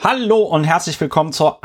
Hallo und herzlich willkommen zur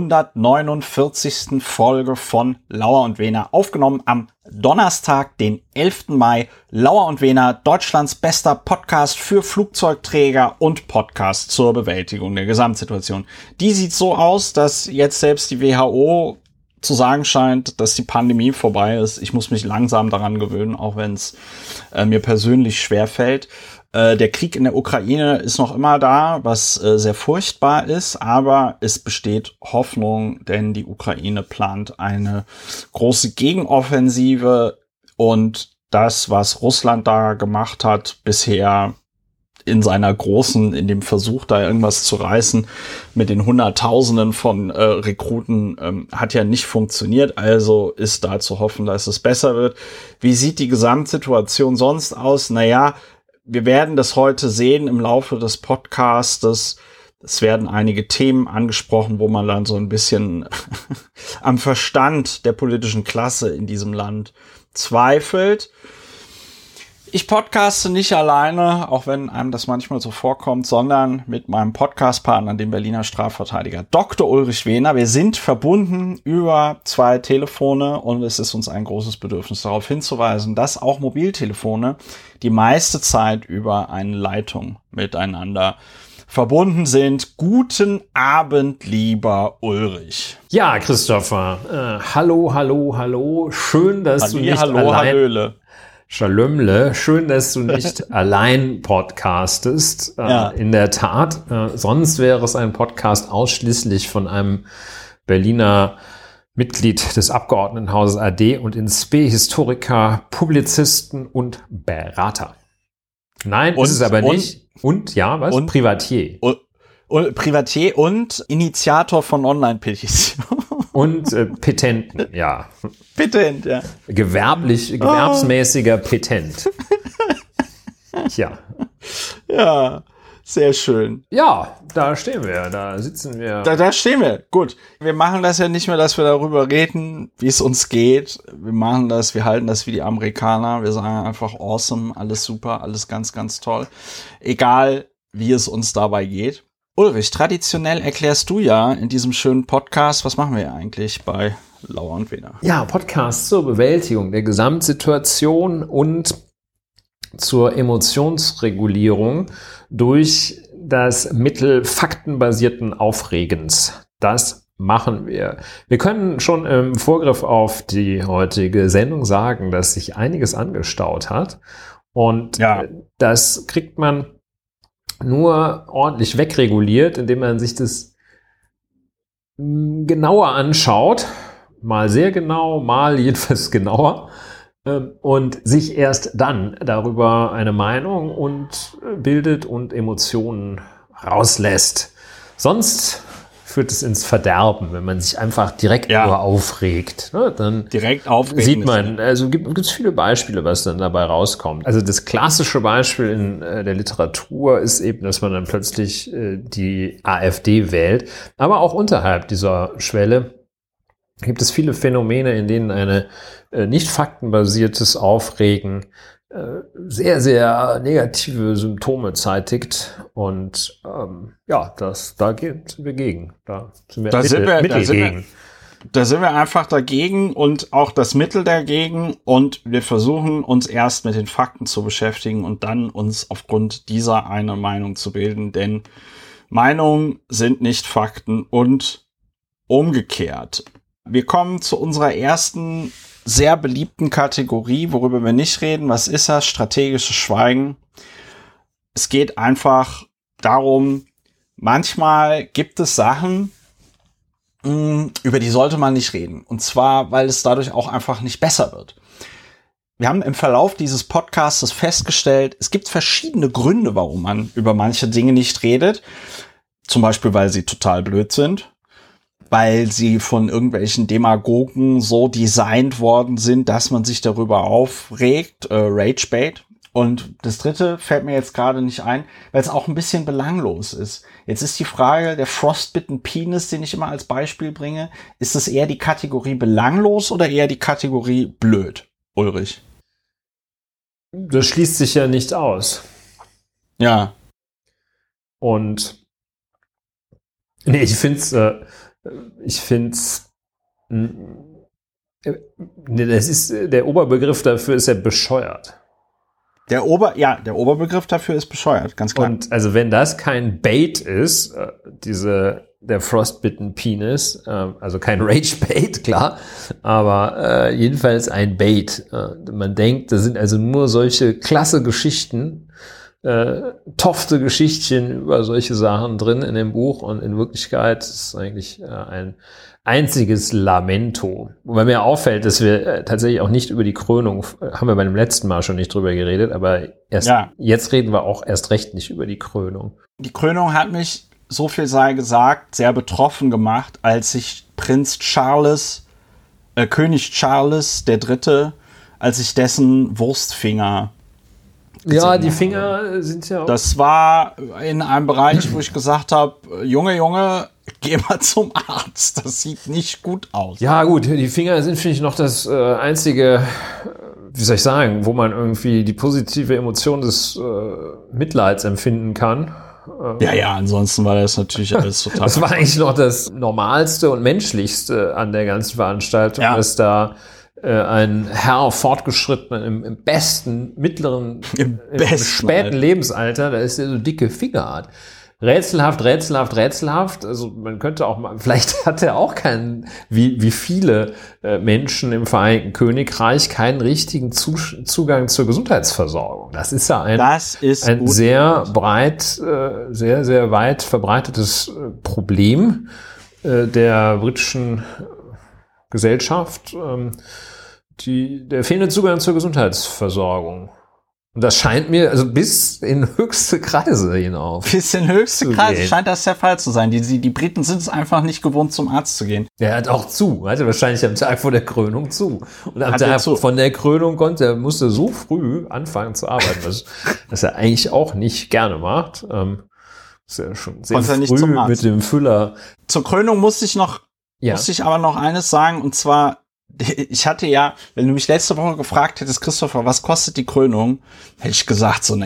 149. Folge von Lauer und Wehner, aufgenommen am Donnerstag, den 11. Mai. Lauer und Wehner, Deutschlands bester Podcast für Flugzeugträger und Podcast zur Bewältigung der Gesamtsituation. Die sieht so aus, dass jetzt selbst die WHO zu sagen scheint, dass die Pandemie vorbei ist. Ich muss mich langsam daran gewöhnen, auch wenn es mir persönlich schwerfällt. Der Krieg in der Ukraine ist noch immer da, was sehr furchtbar ist, aber es besteht Hoffnung, denn die Ukraine plant eine große Gegenoffensive und das, was Russland da gemacht hat bisher in dem Versuch, da irgendwas zu reißen mit den Hunderttausenden von Rekruten, hat ja nicht funktioniert. Also ist da zu hoffen, dass es besser wird. Wie sieht die Gesamtsituation sonst aus? Naja, wir werden das heute sehen im Laufe des Podcastes. Es werden einige Themen angesprochen, wo man dann so ein bisschen am Verstand der politischen Klasse in diesem Land zweifelt. Ich podcaste nicht alleine, auch wenn einem das manchmal so vorkommt, sondern mit meinem Podcastpartner, dem Berliner Strafverteidiger Dr. Ulrich Wehner. Wir sind verbunden über 2 Telefone und es ist uns ein großes Bedürfnis, darauf hinzuweisen, dass auch Mobiltelefone die meiste Zeit über eine Leitung miteinander verbunden sind. Guten Abend, lieber Ulrich. Ja, Christopher. Hallo. Schön, dass du nicht allein... Hallöle. Schalömle, schön, dass du nicht allein podcastest. Ja. In der Tat. Sonst wäre es ein Podcast ausschließlich von einem Berliner Mitglied des Abgeordnetenhauses AD und InSpe, Historiker, Publizisten und Berater. Nein, ist es aber nicht. Und, ja, was? Privatier. Privatier und Initiator von Online-Petitionen. Und Petenten, ja. Petent, ja. Gewerbsmäßiger Petent. Ja. Ja, sehr schön. Ja, da stehen wir, da sitzen wir. Da stehen wir, gut. Wir machen das ja nicht mehr, dass wir darüber reden, wie es uns geht. Wir halten das wie die Amerikaner. Wir sagen einfach awesome, alles super, alles ganz, ganz toll. Egal, wie es uns dabei geht. Ulrich, traditionell erklärst du ja in diesem schönen Podcast, was machen wir eigentlich bei Lauer und Wehner? Ja, Podcast zur Bewältigung der Gesamtsituation und zur Emotionsregulierung durch das Mittel faktenbasierten Aufregens. Das machen wir. Wir können schon im Vorgriff auf die heutige Sendung sagen, dass sich einiges angestaut hat. Und ja, das kriegt man nur ordentlich wegreguliert, indem man sich das genauer anschaut, mal sehr genau, mal jedenfalls genauer, und sich erst dann darüber eine Meinung und bildet und Emotionen rauslässt. Sonst führt es ins Verderben, wenn man sich einfach direkt nur aufregt. Ne? Dann direkt aufregen sieht man, also gibt es viele Beispiele, was dann dabei rauskommt. Also das klassische Beispiel in der Literatur ist eben, dass man dann plötzlich die AfD wählt. Aber auch unterhalb dieser Schwelle gibt es viele Phänomene, in denen eine nicht faktenbasiertes Aufregen sehr, sehr negative Symptome zeitigt. Und da sind wir gegen. Da sind wir einfach dagegen und auch das Mittel dagegen. Und wir versuchen uns erst mit den Fakten zu beschäftigen und dann uns aufgrund dieser eine Meinung zu bilden. Denn Meinungen sind nicht Fakten und umgekehrt. Wir kommen zu unserer ersten sehr beliebten Kategorie, worüber wir nicht reden. Was ist das? Strategisches Schweigen. Es geht einfach darum, manchmal gibt es Sachen, über die sollte man nicht reden. Und zwar, weil es dadurch auch einfach nicht besser wird. Wir haben im Verlauf dieses Podcasts festgestellt, es gibt verschiedene Gründe, warum man über manche Dinge nicht redet. Zum Beispiel, weil sie total blöd sind. Weil sie von irgendwelchen Demagogen so designt worden sind, dass man sich darüber aufregt, Ragebait. Und das dritte fällt mir jetzt gerade nicht ein, weil es auch ein bisschen belanglos ist. Jetzt ist die Frage, der Frostbitten Penis, den ich immer als Beispiel bringe, ist es eher die Kategorie belanglos oder eher die Kategorie blöd, Ulrich? Das schließt sich ja nicht aus. Ja. Und Nee, ich find's, das ist, der Oberbegriff dafür ist ja bescheuert. Der Oberbegriff dafür ist bescheuert, ganz klar. Und also wenn das kein Bait ist, der Frostbitten Penis, also kein Rage-Bait, klar, aber jedenfalls ein Bait. Man denkt, da sind also nur solche klasse Geschichten, tofte Geschichtchen über solche Sachen drin in dem Buch, und in Wirklichkeit ist es eigentlich ein einziges Lamento. Wobei mir auffällt, dass wir tatsächlich auch nicht über die Krönung, haben wir beim letzten Mal schon nicht drüber geredet, aber jetzt reden wir auch erst recht nicht über die Krönung. Die Krönung hat mich, so viel sei gesagt, sehr betroffen gemacht, als ich König Charles III., als ich dessen Wurstfinger die Finger sind ja auch... Das war in einem Bereich, wo ich gesagt habe, Junge, geh mal zum Arzt. Das sieht nicht gut aus. Ja gut, die Finger sind, finde ich, noch das einzige, wie soll ich sagen, wo man irgendwie die positive Emotion des Mitleids empfinden kann. Ja, ansonsten war das natürlich alles total... Das war eigentlich noch das Normalste und Menschlichste an der ganzen Veranstaltung, dass da ein Herr fortgeschritten im besten, mittleren, im späten Lebensalter, da ist er so dicke Finger hat. Rätselhaft. Also man könnte auch mal, vielleicht hat er auch wie viele Menschen im Vereinigten Königreich, keinen richtigen Zugang zur Gesundheitsversorgung. Das ist ja ein sehr sehr weit verbreitetes Problem der britischen Gesellschaft, der fehlende Zugang zur Gesundheitsversorgung. Und das scheint mir also bis in höchste Kreise hinauf. Bis in höchste Kreise scheint das der Fall zu sein. Die Briten sind es einfach nicht gewohnt, zum Arzt zu gehen. Der hat auch zu. Hatte wahrscheinlich am Tag vor der Krönung zu. Und am Tag von der Krönung musste so früh anfangen zu arbeiten, was er eigentlich auch nicht gerne macht. Ist ja schon sehr früh mit dem Füller. Zur Krönung musste ich aber noch eines sagen, und zwar, ich hatte ja, wenn du mich letzte Woche gefragt hättest, Christopher, was kostet die Krönung, hätte ich gesagt, so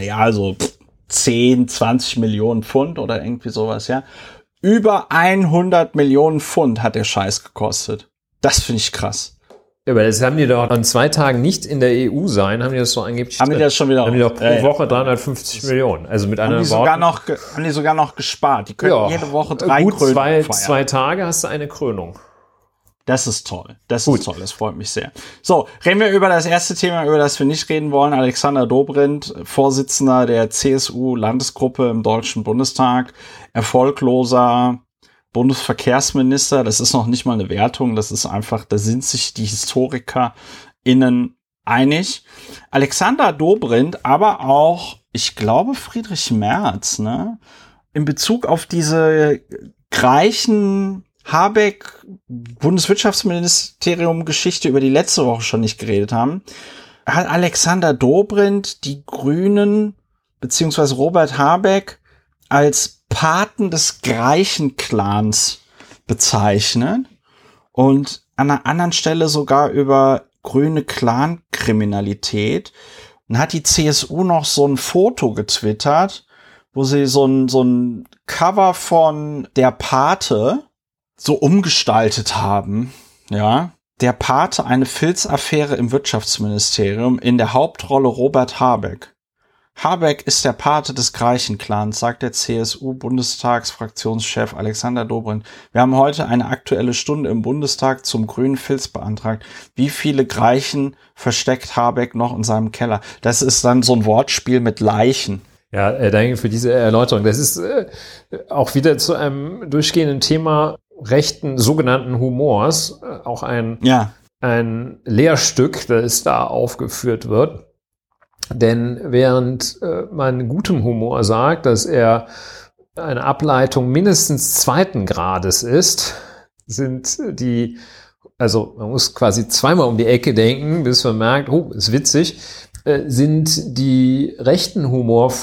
10, 20 Millionen Pfund oder irgendwie sowas, ja. Über 100 Millionen Pfund hat der Scheiß gekostet. Das finde ich krass. Ja, aber das haben die doch an 2 Tagen nicht in der EU sein, haben die das so angeblich. Haben die das schon wieder? Haben die doch pro Woche 350 Millionen. Also mit anderen Worten. Haben die sogar noch gespart. Die können jede Woche 3 Krönungen feiern. 2 Tage hast du eine Krönung. Das ist toll. Das freut mich sehr. So, reden wir über das erste Thema, über das wir nicht reden wollen. Alexander Dobrindt, Vorsitzender der CSU-Landesgruppe im Deutschen Bundestag, erfolgloser Bundesverkehrsminister. Das ist noch nicht mal eine Wertung. Das ist einfach, da sind sich die HistorikerInnen einig. Alexander Dobrindt, aber auch, ich glaube, Friedrich Merz, ne? In Bezug auf diese Greichen Habeck, Bundeswirtschaftsministerium-Geschichte, über die letzte Woche schon nicht geredet haben, hat Alexander Dobrindt die Grünen beziehungsweise Robert Habeck als Paten des Greichen-Clans bezeichnet und an einer anderen Stelle sogar über grüne Clan-Kriminalität, und hat die CSU noch so ein Foto getwittert, wo sie so ein Cover von Der Pate so umgestaltet haben, ja. Der Pate, eine Filzaffäre im Wirtschaftsministerium, in der Hauptrolle Robert Habeck. Habeck ist der Pate des Greichen-Clans, sagt der CSU-Bundestagsfraktionschef Alexander Dobrindt. Wir haben heute eine aktuelle Stunde im Bundestag zum grünen Filz beantragt. Wie viele Greichen versteckt Habeck noch in seinem Keller? Das ist dann so ein Wortspiel mit Leichen. Ja, danke für diese Erläuterung. Das ist auch wieder zu einem durchgehenden Thema sogenannten Humors, auch ein Lehrstück, das da aufgeführt wird. Denn während man gutem Humor sagt, dass er eine Ableitung mindestens 2. Grades ist, also man muss quasi zweimal um die Ecke denken, bis man merkt, ist witzig, sind die rechten Humor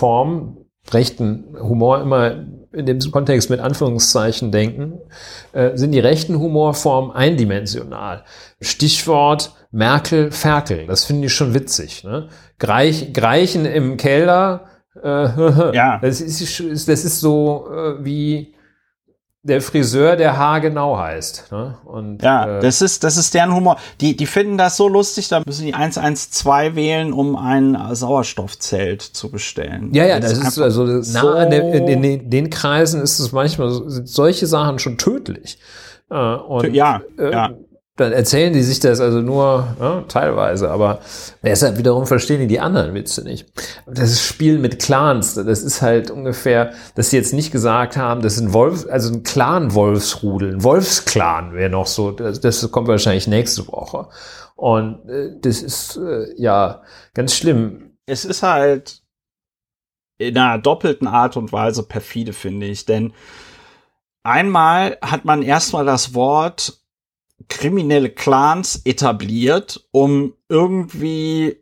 immer in dem Kontext mit Anführungszeichen denken, sind die rechten Humorformen eindimensional. Stichwort Merkel-Ferkel, das finde ich schon witzig. Ne? Greichen im Keller, das ist so wie der Friseur, der haargenau heißt. Ne? Und, ja, das ist deren Humor. Die finden das so lustig, da müssen die 112 wählen, um ein Sauerstoffzelt zu bestellen. Ja, das ist also nah in den Kreisen ist es manchmal, sind solche Sachen schon tödlich. Und, ja. Dann erzählen die sich das also nur teilweise, aber deshalb wiederum verstehen die anderen Witze nicht. Das Spiel mit Clans, das ist halt ungefähr, dass sie jetzt nicht gesagt haben, das ist ein Clan-Wolfsrudel, ein Wolfsclan wäre noch so, das kommt wahrscheinlich nächste Woche. Und das ist ganz schlimm. Es ist halt in einer doppelten Art und Weise perfide, finde ich, denn einmal hat man erstmal das Wort kriminelle Clans etabliert, um irgendwie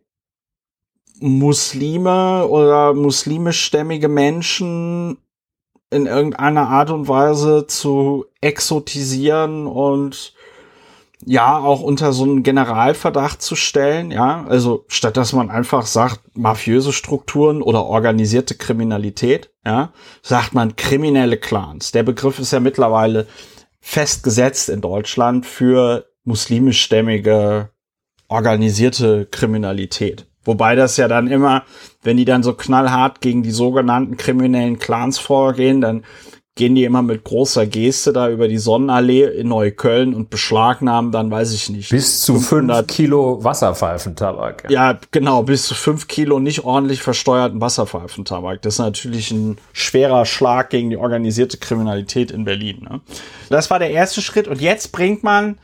Muslime oder muslimischstämmige Menschen in irgendeiner Art und Weise zu exotisieren und ja, auch unter so einen Generalverdacht zu stellen, ja, also statt dass man einfach sagt, mafiöse Strukturen oder organisierte Kriminalität, ja, sagt man kriminelle Clans. Der Begriff ist ja mittlerweile festgesetzt in Deutschland für muslimischstämmige organisierte Kriminalität. Wobei das ja dann immer, wenn die dann so knallhart gegen die sogenannten kriminellen Clans vorgehen, dann gehen die immer mit großer Geste da über die Sonnenallee in Neukölln und beschlagnahmen dann, weiß ich nicht. Bis zu 5 Kilo Wasserpfeifentabak. Ja, genau, bis zu 5 Kilo nicht ordentlich versteuerten Wasserpfeifentabak. Das ist natürlich ein schwerer Schlag gegen die organisierte Kriminalität in Berlin. Ne? Das war der erste Schritt. Und jetzt bringt man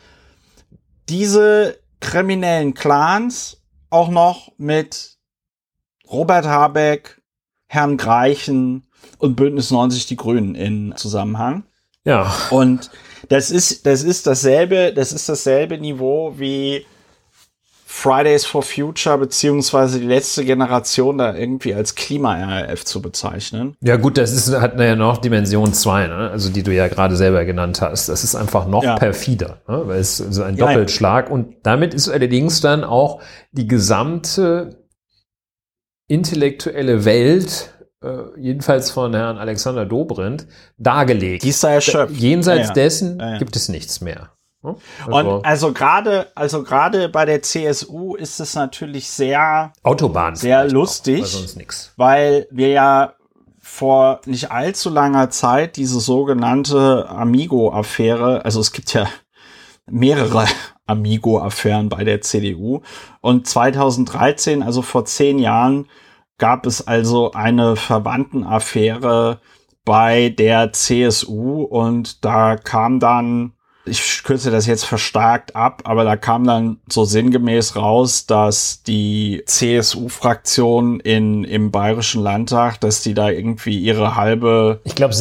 diese kriminellen Clans auch noch mit Robert Habeck, Herrn Greichen und Bündnis 90 Die Grünen in Zusammenhang. Ja. Und das ist dasselbe Niveau wie Fridays for Future beziehungsweise die letzte Generation da irgendwie als Klima-RAF zu bezeichnen. Ja gut, hat ja noch Dimension 2, ne? Also die du ja gerade selber genannt hast. Das ist einfach noch perfider, ne? Weil es so ein Doppelschlag und damit ist allerdings dann auch die gesamte intellektuelle Welt jedenfalls von Herrn Alexander Dobrindt, dargelegt. Die ist da erschöpft. Jenseits dessen gibt es nichts mehr. Und also gerade bei der CSU ist es natürlich sehr lustig, auch, sonst nix. Weil wir ja vor nicht allzu langer Zeit diese sogenannte Amigo-Affäre, also es gibt ja mehrere Amigo-Affären bei der CDU und 2013, also vor 10 Jahren, gab es also eine Verwandtenaffäre bei der CSU und da kam dann, ich kürze das jetzt verstärkt ab, aber da kam dann so sinngemäß raus, dass die CSU-Fraktion im Bayerischen Landtag, dass die da irgendwie ihre halbe... Ich glaube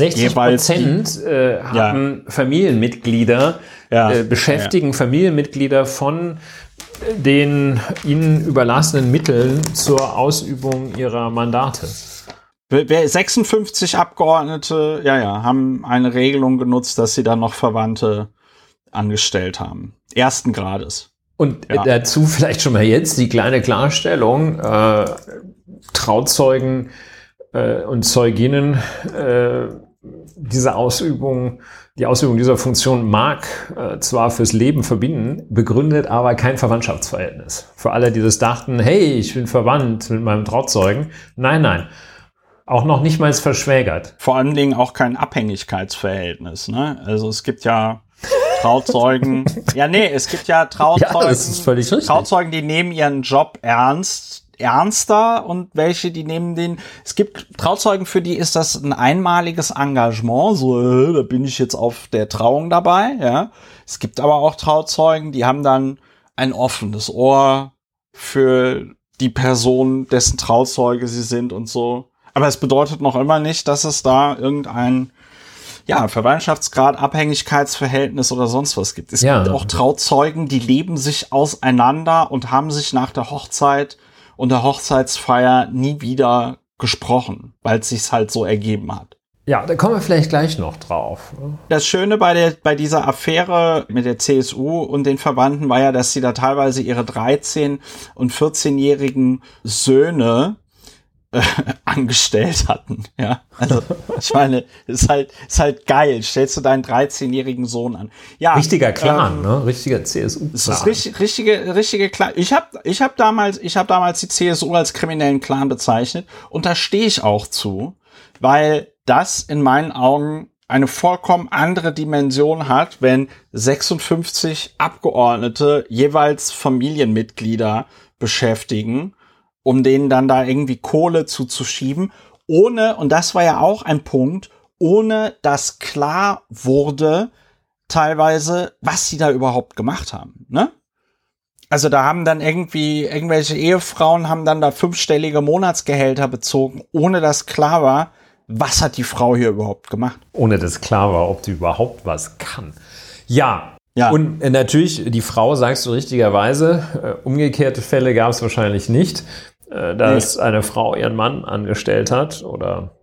60% haben Familienmitglieder, beschäftigen Familienmitglieder von den ihnen überlassenen Mitteln zur Ausübung ihrer Mandate. 56 Abgeordnete, haben eine Regelung genutzt, dass sie dann noch Verwandte angestellt haben. Ersten Grades. Und dazu vielleicht schon mal jetzt die kleine Klarstellung. Trauzeugen und Zeuginnen, die Ausübung dieser Funktion mag zwar fürs Leben verbinden, begründet aber kein Verwandtschaftsverhältnis. Für alle, die das dachten, hey, ich bin verwandt mit meinem Trauzeugen. Nein. Auch noch nicht mal verschwägert. Vor allen Dingen auch kein Abhängigkeitsverhältnis, ne? Also es gibt ja Trauzeugen. Es gibt ja Trauzeugen. Ja, das ist völlig richtig. Trauzeugen, die nehmen ihren Job ernster und welche, die nehmen den. Es gibt Trauzeugen, für die ist das ein einmaliges Engagement. So, da bin ich jetzt auf der Trauung dabei. Ja, es gibt aber auch Trauzeugen, die haben dann ein offenes Ohr für die Person, dessen Trauzeuge sie sind und so. Aber es bedeutet noch immer nicht, dass es da irgendein Verwandtschaftsgrad, Abhängigkeitsverhältnis oder sonst was gibt. Es gibt auch Trauzeugen, die leben sich auseinander und haben sich nach der Hochzeit und der Hochzeitsfeier nie wieder gesprochen, weil es sich halt so ergeben hat. Ja, da kommen wir vielleicht gleich noch drauf. Das Schöne bei dieser Affäre mit der CSU und den Verwandten war ja, dass sie da teilweise ihre 13- und 14-jährigen Söhne angestellt hatten. Ja, also ich meine, ist halt geil. Stellst du deinen 13-jährigen Sohn an? Ja, richtiger Clan, ne? Richtiger CSU-Clan. Das ist richtige Clan. Ich hab damals die CSU als kriminellen Clan bezeichnet und da stehe ich auch zu, weil das in meinen Augen eine vollkommen andere Dimension hat, wenn 56 Abgeordnete jeweils Familienmitglieder beschäftigen, um denen dann da irgendwie Kohle zuzuschieben, ohne, und das war ja auch ein Punkt, ohne dass klar wurde, teilweise, was sie da überhaupt gemacht haben, ne? Also da haben dann irgendwelche Ehefrauen haben dann da 5-stellige Monatsgehälter bezogen, ohne dass klar war, was hat die Frau hier überhaupt gemacht. Ohne dass klar war, ob die überhaupt was kann. Ja. Und natürlich, die Frau, sagst du richtigerweise, umgekehrte Fälle gab es wahrscheinlich nicht, dass eine Frau ihren Mann angestellt hat oder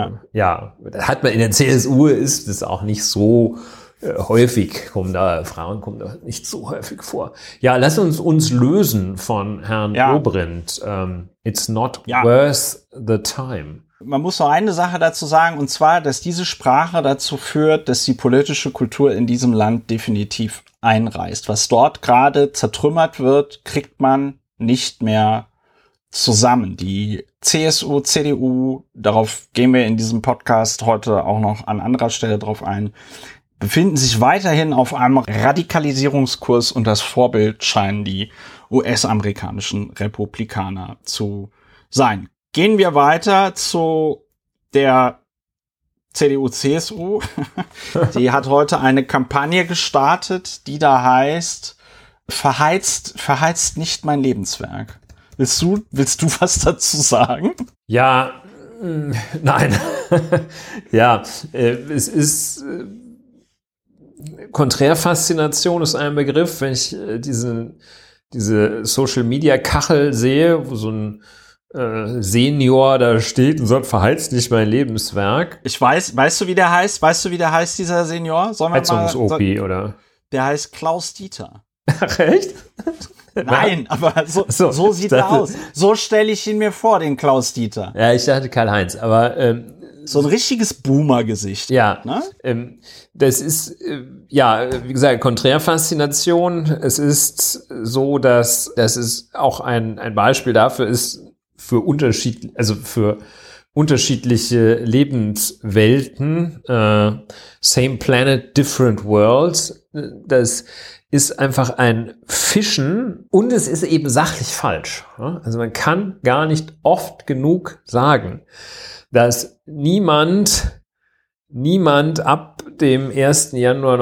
hat man in der CSU, ist es auch nicht so häufig, Frauen kommen da nicht so häufig vor. Ja, lass uns lösen von Herrn Dobrindt. It's not worth the time. Man muss noch eine Sache dazu sagen, und zwar, dass diese Sprache dazu führt, dass die politische Kultur in diesem Land definitiv einreißt. Was dort gerade zertrümmert wird, kriegt man nicht mehr zusammen. Die CSU, CDU, darauf gehen wir in diesem Podcast heute auch noch an anderer Stelle drauf ein, befinden sich weiterhin auf einem Radikalisierungskurs und das Vorbild scheinen die US-amerikanischen Republikaner zu sein. Gehen wir weiter zu der CDU-CSU. Die hat heute eine Kampagne gestartet, die da heißt, verheizt nicht mein Lebenswerk. Willst du was dazu sagen? Ja, nein. Ja, es ist Konträrfaszination ist ein Begriff, wenn ich diese Social-Media-Kachel sehe, wo so ein Senior da steht und sagt, verheizt nicht mein Lebenswerk. Ich weiß, weißt du, wie der heißt? Dieser Senior? Heizungs-OP, oder? Der heißt Klaus Dieter. Ach, echt? Nein, aber so sieht er aus. So stelle ich ihn mir vor, den Klaus Dieter. Ja, ich dachte Karl-Heinz, aber so ein richtiges Boomer-Gesicht. Ja, ne? Das ist, wie gesagt, Konträrfaszination. Es ist so, dass es auch ein Beispiel dafür ist, für unterschiedliche Lebenswelten, same planet, different worlds. Das ist einfach ein Fischen und es ist eben sachlich falsch. Also man kann gar nicht oft genug sagen, dass niemand ab dem 1. Januar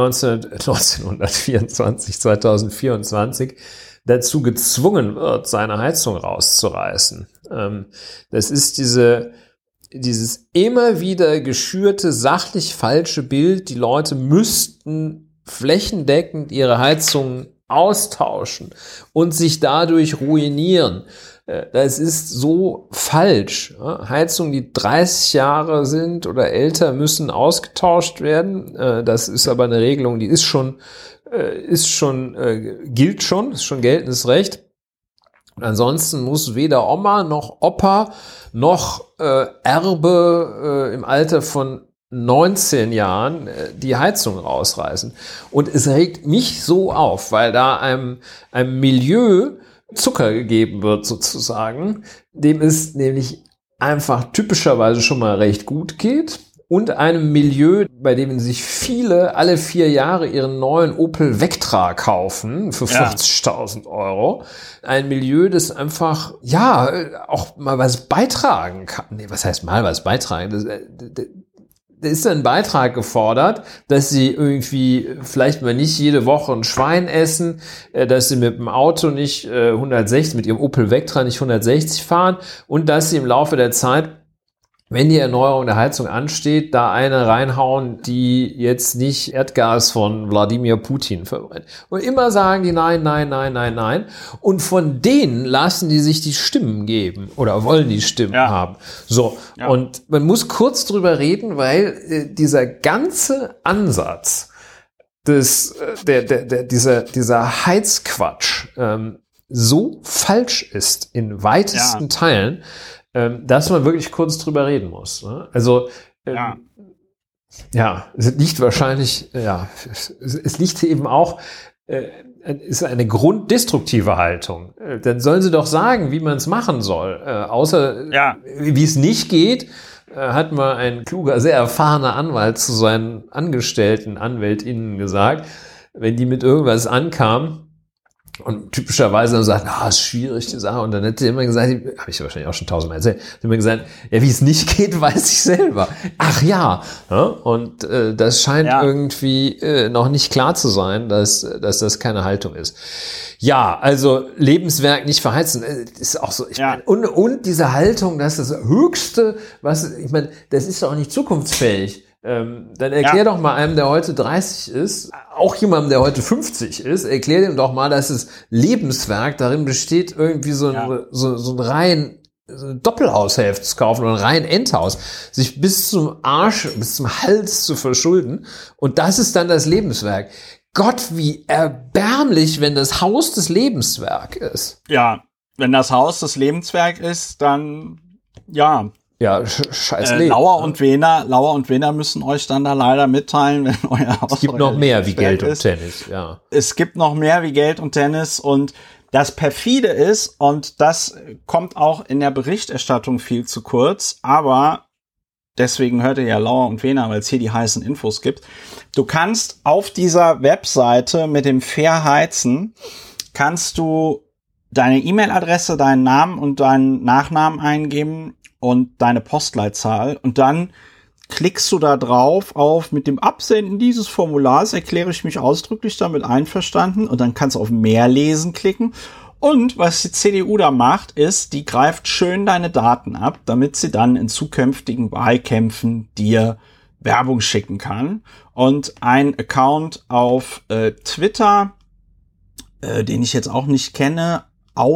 2024 dazu gezwungen wird, seine Heizung rauszureißen. Das ist dieses immer wieder geschürte, sachlich falsche Bild, die Leute müssten flächendeckend ihre Heizungen austauschen und sich dadurch ruinieren. Das ist so falsch. Heizungen, die 30 Jahre sind oder älter, müssen ausgetauscht werden. Das ist aber eine Regelung, die gilt schon, ist schon geltendes Recht. Und ansonsten muss weder Oma noch Opa noch Erbe im Alter von 19 Jahren die Heizung rausreißen. Und es regt mich so auf, weil da einem Milieu Zucker gegeben wird sozusagen, dem es nämlich einfach typischerweise schon mal recht gut geht und einem Milieu, bei dem sich viele alle 4 Jahre ihren neuen Opel Vectra kaufen für 40.000 Euro. Ein Milieu, das einfach, auch mal was beitragen kann. Nee, was heißt mal was beitragen? Da ist ein Beitrag gefordert, dass sie irgendwie vielleicht mal nicht jede Woche ein Schwein essen, dass sie mit dem Auto nicht mit ihrem Opel Vectra nicht 160 fahren und dass sie im Laufe der Zeit, wenn die Erneuerung der Heizung ansteht, da eine reinhauen, die jetzt nicht Erdgas von Wladimir Putin verbrennt. Und immer sagen die nein. Und von denen lassen die sich die Stimmen geben oder wollen die Stimmen haben. So. Ja. Und man muss kurz drüber reden, weil dieser ganze Ansatz dieser Heizquatsch so falsch ist in weitesten Teilen. dass man wirklich kurz drüber reden muss. Ne? Also es liegt wahrscheinlich, es liegt eben auch, ist eine grunddestruktive Haltung. Dann sollen sie doch sagen, wie man es machen soll. Wie es nicht geht, hat mal ein kluger, sehr erfahrener Anwalt zu seinen AnwältInnen gesagt, wenn die mit irgendwas ankamen, und typischerweise dann sagt, ist schwierig, die Sache. Und dann hätte er immer gesagt, habe ich wahrscheinlich auch schon 1000-mal erzählt, hat immer gesagt, wie es nicht geht, weiß ich selber. Ach ja. Und das scheint irgendwie noch nicht klar zu sein, dass das keine Haltung ist. Ja, also Lebenswerk nicht verheizen, ist auch so. Ich meine, und diese Haltung, dass das Höchste, das ist doch auch nicht zukunftsfähig. Dann erklär doch mal einem, der heute 30 ist, auch jemandem, der heute 50 ist, erklär dem doch mal, dass das Lebenswerk darin besteht, irgendwie so ein rein Doppelhaushälfte zu kaufen oder ein rein Endhaus, sich bis zum Arsch, bis zum Hals zu verschulden. Und das ist dann das Lebenswerk. Gott, wie erbärmlich, wenn das Haus das Lebenswerk ist. Ja, wenn das Haus das Lebenswerk ist, dann scheiß Leben. Lauer und Wehner müssen euch dann da leider mitteilen, wenn euer Haus. Es gibt noch mehr wie Geld und Tennis, ja. Es gibt noch mehr wie Geld und Tennis, und das perfide ist, und das kommt auch in der Berichterstattung viel zu kurz, aber deswegen hört ihr ja Lauer und Wehner, weil es hier die heißen Infos gibt. Du kannst auf dieser Webseite mit dem Fair Heizen, kannst du deine E-Mail-Adresse, deinen Namen und deinen Nachnamen eingeben und deine Postleitzahl, und dann klickst du da drauf auf mit dem Absenden dieses Formulars erkläre ich mich ausdrücklich damit einverstanden, und dann kannst du auf Mehr lesen klicken. Und was die CDU da macht, ist, die greift schön deine Daten ab, damit sie dann in zukünftigen Wahlkämpfen dir Werbung schicken kann. Und ein Account auf Twitter, den ich jetzt auch nicht kenne,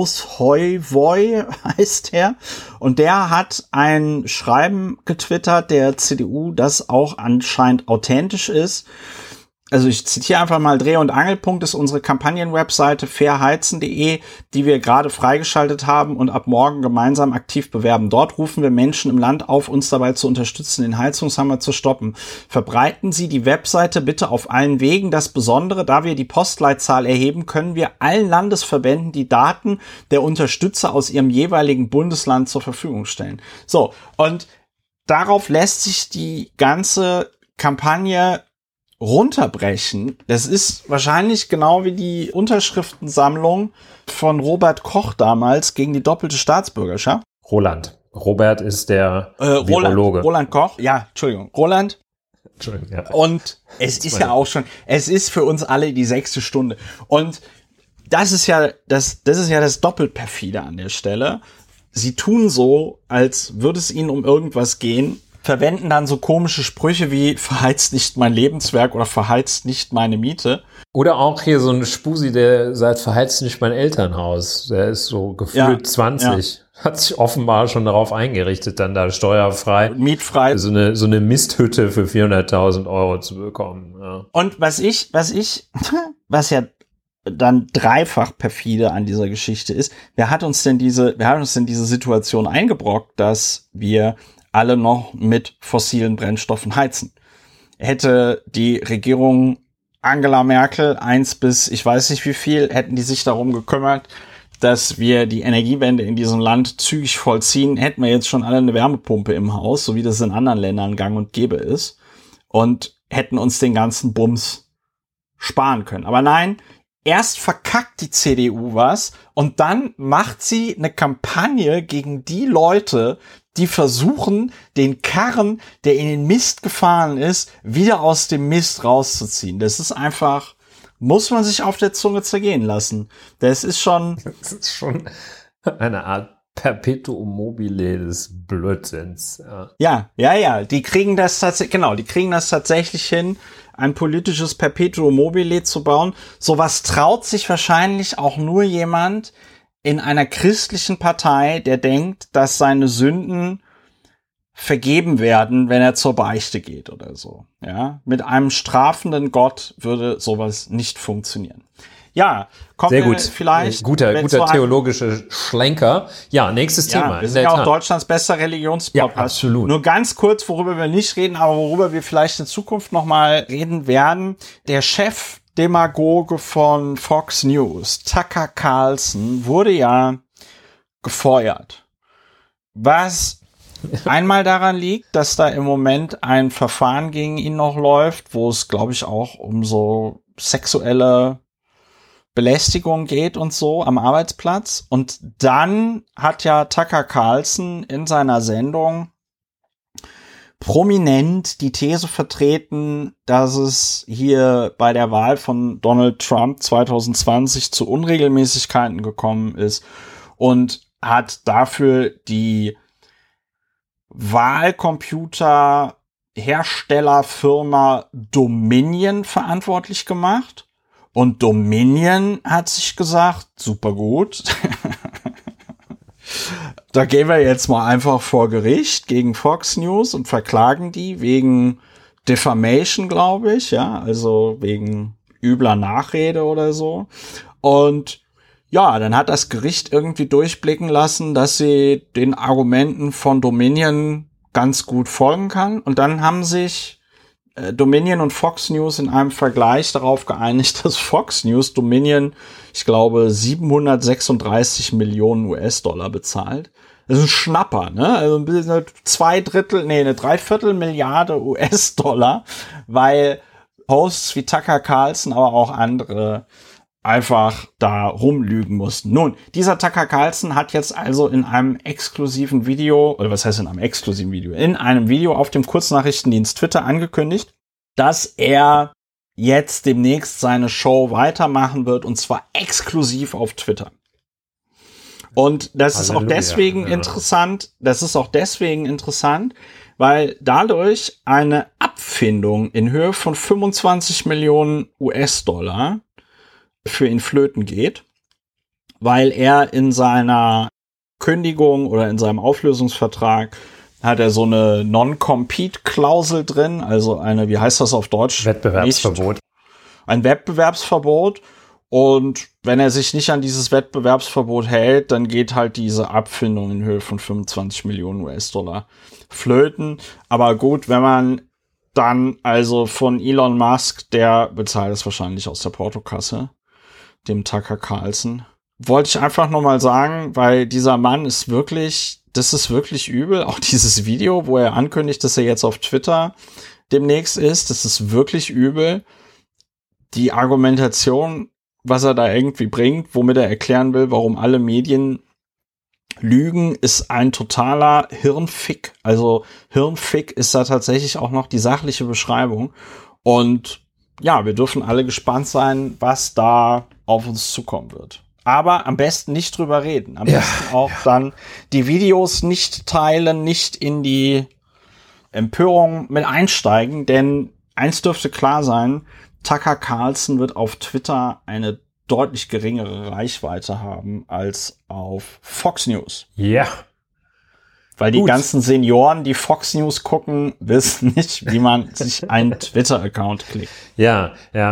Ausheuwoi heißt er, und der hat ein Schreiben getwittert der CDU, das auch anscheinend authentisch ist. Also ich zitiere einfach mal: Dreh- und Angelpunkt ist unsere Kampagnenwebseite fairheizen.de, die wir gerade freigeschaltet haben und ab morgen gemeinsam aktiv bewerben. Dort rufen wir Menschen im Land auf, uns dabei zu unterstützen, den Heizungshammer zu stoppen. Verbreiten Sie die Webseite bitte auf allen Wegen. Das Besondere, da wir die Postleitzahl erheben, können wir allen Landesverbänden die Daten der Unterstützer aus ihrem jeweiligen Bundesland zur Verfügung stellen. So, und darauf lässt sich die ganze Kampagne runterbrechen. Das ist wahrscheinlich genau wie die Unterschriftensammlung von Robert Koch damals gegen die doppelte Staatsbürgerschaft. Robert ist der Virologe. Roland Koch. Ja, Entschuldigung. Roland. Entschuldigung, ja. Und es ist ja auch schon, es ist für uns alle die 6. Stunde. Und das ist ja das doppelt perfide an der Stelle. Sie tun so, als würde es ihnen um irgendwas gehen, verwenden dann so komische Sprüche wie verheizt nicht mein Lebenswerk oder verheizt nicht meine Miete. Oder auch hier so ein Spusi, der sagt, verheizt nicht mein Elternhaus. Der ist so gefühlt 20. Ja. Hat sich offenbar schon darauf eingerichtet, dann da steuerfrei, mietfrei, so eine Misthütte für 400.000 Euro zu bekommen. Ja. Und was ja dann dreifach perfide an dieser Geschichte ist, wer hat uns denn diese Situation eingebrockt, dass wir alle noch mit fossilen Brennstoffen heizen? Hätte die Regierung Angela Merkel 1 bis ich weiß nicht wie viel, hätten die sich darum gekümmert, dass wir die Energiewende in diesem Land zügig vollziehen, hätten wir jetzt schon alle eine Wärmepumpe im Haus, so wie das in anderen Ländern gang und gäbe ist, und hätten uns den ganzen Bums sparen können. Aber nein, erst verkackt die CDU was und dann macht sie eine Kampagne gegen die Leute, die versuchen, den Karren, der in den Mist gefahren ist, wieder aus dem Mist rauszuziehen. Das ist einfach, muss man sich auf der Zunge zergehen lassen. Das ist schon eine Art Perpetuum mobile des Blödsinns. Ja. Die kriegen das tatsächlich hin, ein politisches Perpetuum mobile zu bauen. Sowas traut sich wahrscheinlich auch nur jemand in einer christlichen Partei, der denkt, dass seine Sünden vergeben werden, wenn er zur Beichte geht oder so. Ja, mit einem strafenden Gott würde sowas nicht funktionieren. Ja, kommen sehr wir gut. vielleicht. Guter theologischer Schlenker. Ja, nächstes Thema. Wir sind ja auch Deutschlands bester Religionspodcast. Ja, absolut. Nur ganz kurz, worüber wir nicht reden, aber worüber wir vielleicht in Zukunft nochmal reden werden. Der Chefdemagoge von Fox News, Tucker Carlson, wurde ja gefeuert. Was einmal daran liegt, dass da im Moment ein Verfahren gegen ihn noch läuft, wo es, glaube ich, auch um so sexuelle Belästigung geht und so am Arbeitsplatz. Und dann hat ja Tucker Carlson in seiner Sendung prominent die These vertreten, dass es hier bei der Wahl von Donald Trump 2020 zu Unregelmäßigkeiten gekommen ist und hat dafür die Wahlcomputerherstellerfirma Dominion verantwortlich gemacht. Und Dominion hat sich gesagt, super gut. Da gehen wir jetzt mal einfach vor Gericht gegen Fox News und verklagen die wegen Defamation, glaube ich, ja, also wegen übler Nachrede oder so. Und ja, dann hat das Gericht irgendwie durchblicken lassen, dass sie den Argumenten von Dominion ganz gut folgen kann. Und dann haben sich Dominion und Fox News in einem Vergleich darauf geeinigt, dass Fox News Dominion, ich glaube, 736 Millionen US-Dollar bezahlt. Das ist ein Schnapper, ne? Also eine Dreiviertel Milliarde US-Dollar, weil Hosts wie Tucker Carlson, aber auch andere einfach da rumlügen mussten. Nun, dieser Tucker Carlson hat jetzt also in einem exklusiven Video, oder was heißt in einem exklusiven Video, in einem Video auf dem Kurznachrichtendienst Twitter angekündigt, dass er jetzt demnächst seine Show weitermachen wird, und zwar exklusiv auf Twitter. Und das ist auch deswegen interessant, weil dadurch eine Abfindung in Höhe von 25 Millionen US-Dollar für ihn flöten geht, weil er in seiner Kündigung oder in seinem Auflösungsvertrag hat er so eine Non-Compete-Klausel drin, also eine, wie heißt das auf Deutsch? Wettbewerbsverbot. Ein Wettbewerbsverbot. Und wenn er sich nicht an dieses Wettbewerbsverbot hält, dann geht halt diese Abfindung in Höhe von 25 Millionen US-Dollar flöten. Aber gut, wenn man dann also von Elon Musk, der bezahlt es wahrscheinlich aus der Portokasse, dem Tucker Carlson. Wollte ich einfach nochmal sagen, weil dieser Mann ist wirklich, das ist wirklich übel. Auch dieses Video, wo er ankündigt, dass er jetzt auf Twitter demnächst ist, das ist wirklich übel. Die Argumentation, was er da irgendwie bringt, womit er erklären will, warum alle Medien lügen, ist ein totaler Hirnfick. Also Hirnfick ist da tatsächlich auch noch die sachliche Beschreibung. Und ja, wir dürfen alle gespannt sein, was da auf uns zukommen wird. Aber am besten nicht drüber reden. Am besten auch dann die Videos nicht teilen, nicht in die Empörung mit einsteigen. Denn eins dürfte klar sein, Tucker Carlson wird auf Twitter eine deutlich geringere Reichweite haben als auf Fox News. Ja. Weil die ganzen Senioren, die Fox News gucken, wissen nicht, wie man sich einen Twitter-Account klickt. Ja.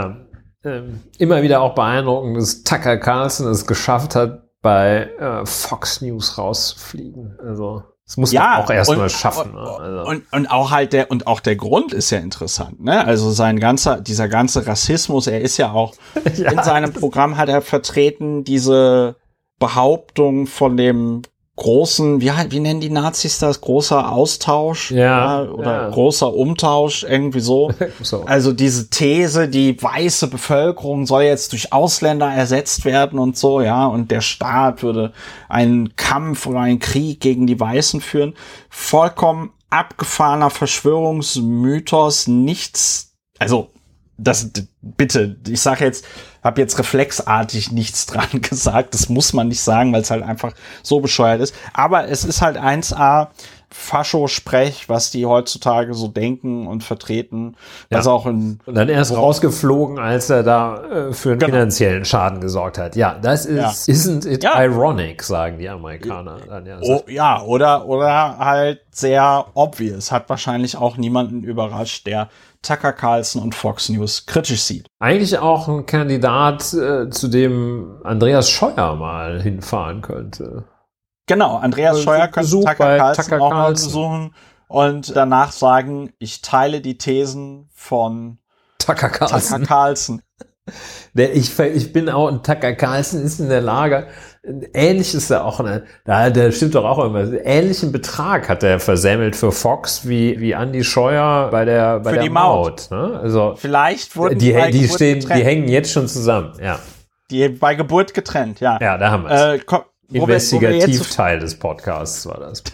Immer wieder auch beeindruckend, dass Tucker Carlson es geschafft hat, bei Fox News rauszufliegen. Also das muss man auch erstmal schaffen. Und auch halt der Grund ist ja interessant, ne? Also dieser ganze Rassismus, er ist ja auch in seinem Programm hat er vertreten diese Behauptung von dem großen, wie nennen die Nazis das? Großer Austausch oder großer Umtausch, irgendwie so. Also diese These, die weiße Bevölkerung soll jetzt durch Ausländer ersetzt werden und so, ja, und der Staat würde einen Kampf oder einen Krieg gegen die Weißen führen. Vollkommen abgefahrener Verschwörungsmythos, nichts, also das, bitte, ich habe jetzt reflexartig nichts dran gesagt, das muss man nicht sagen, weil es halt einfach so bescheuert ist, aber es ist halt 1A Fascho-Sprech, was die heutzutage so denken und vertreten, was auch und dann erst rausgeflogen, als er da für einen finanziellen Schaden gesorgt hat. Ja, das ist, isn't it ironic, sagen die Amerikaner. Dann, oder halt sehr obvious, hat wahrscheinlich auch niemanden überrascht, der Tucker Carlson und Fox News kritisch sieht. Eigentlich auch ein Kandidat, zu dem Andreas Scheuer mal hinfahren könnte. Genau, Andreas Scheuer könnte Tucker Carlson auch mal besuchen und danach sagen, ich teile die Thesen von Tucker Carlson. Ich bin auch, Tucker Carlson ist in der Lage, ähnlich ist er auch, der stimmt doch auch immer, ähnlichen Betrag hat er versemmelt für Fox wie Andi Scheuer bei der Maut. Ne? Also vielleicht wurden die hängen jetzt schon zusammen, ja. Die bei Geburt getrennt, ja. Ja, da haben wir es. Investigativteil des Podcasts war das.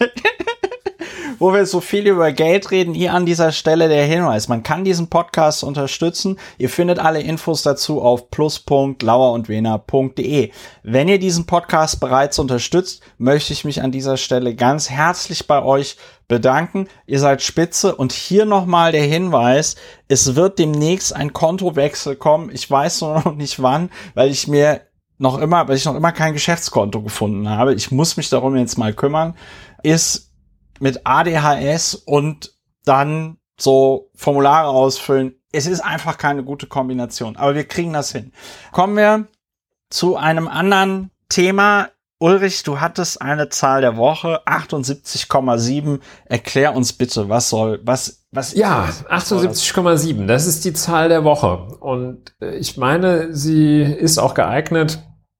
Wo wir so viel über Geld reden, hier an dieser Stelle der Hinweis. Man kann diesen Podcast unterstützen. Ihr findet alle Infos dazu auf plus.lauerundwener.de. Wenn ihr diesen Podcast bereits unterstützt, möchte ich mich an dieser Stelle ganz herzlich bei euch bedanken. Ihr seid spitze. Und hier nochmal der Hinweis, es wird demnächst ein Kontowechsel kommen. Ich weiß nur noch nicht wann, weil ich noch immer kein Geschäftskonto gefunden habe. Ich muss mich darum jetzt mal kümmern. Ist mit ADHS und dann so Formulare ausfüllen. Es ist einfach keine gute Kombination, aber wir kriegen das hin. Kommen wir zu einem anderen Thema. Ulrich, du hattest eine Zahl der Woche, 78,7. Erklär uns bitte, was ja, 78,7, das ist die Zahl der Woche. Und ich meine, sie ist auch geeignet,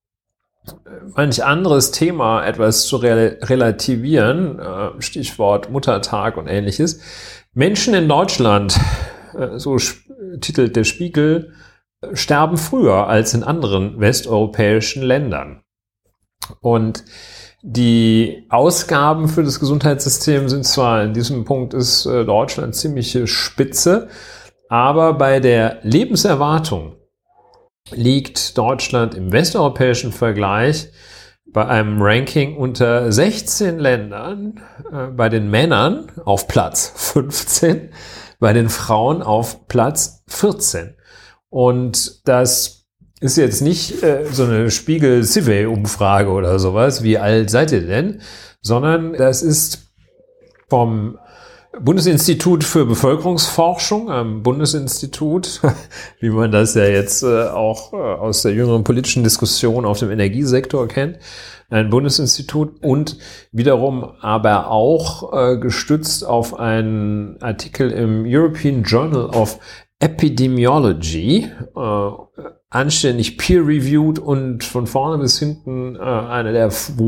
manch anderes Thema etwas zu relativieren, Stichwort Muttertag und ähnliches. Menschen in Deutschland, so titelt der Spiegel, sterben früher als in anderen westeuropäischen Ländern. Und die Ausgaben für das Gesundheitssystem sind zwar in diesem Punkt ist Deutschland ziemliche Spitze, aber bei der Lebenserwartung liegt Deutschland im westeuropäischen Vergleich bei einem Ranking unter 16 Ländern, bei den Männern auf Platz 15, bei den Frauen auf Platz 14. Und das ist jetzt nicht so eine Spiegel-Civey-Umfrage oder sowas, wie alt seid ihr denn, sondern das ist vom Bundesinstitut für Bevölkerungsforschung, am Bundesinstitut, wie man das ja jetzt auch aus der jüngeren politischen Diskussion auf dem Energiesektor kennt, ein Bundesinstitut und wiederum aber auch gestützt auf einen Artikel im European Journal of Epidemiology, anständig peer-reviewed und von vorne bis hinten eine der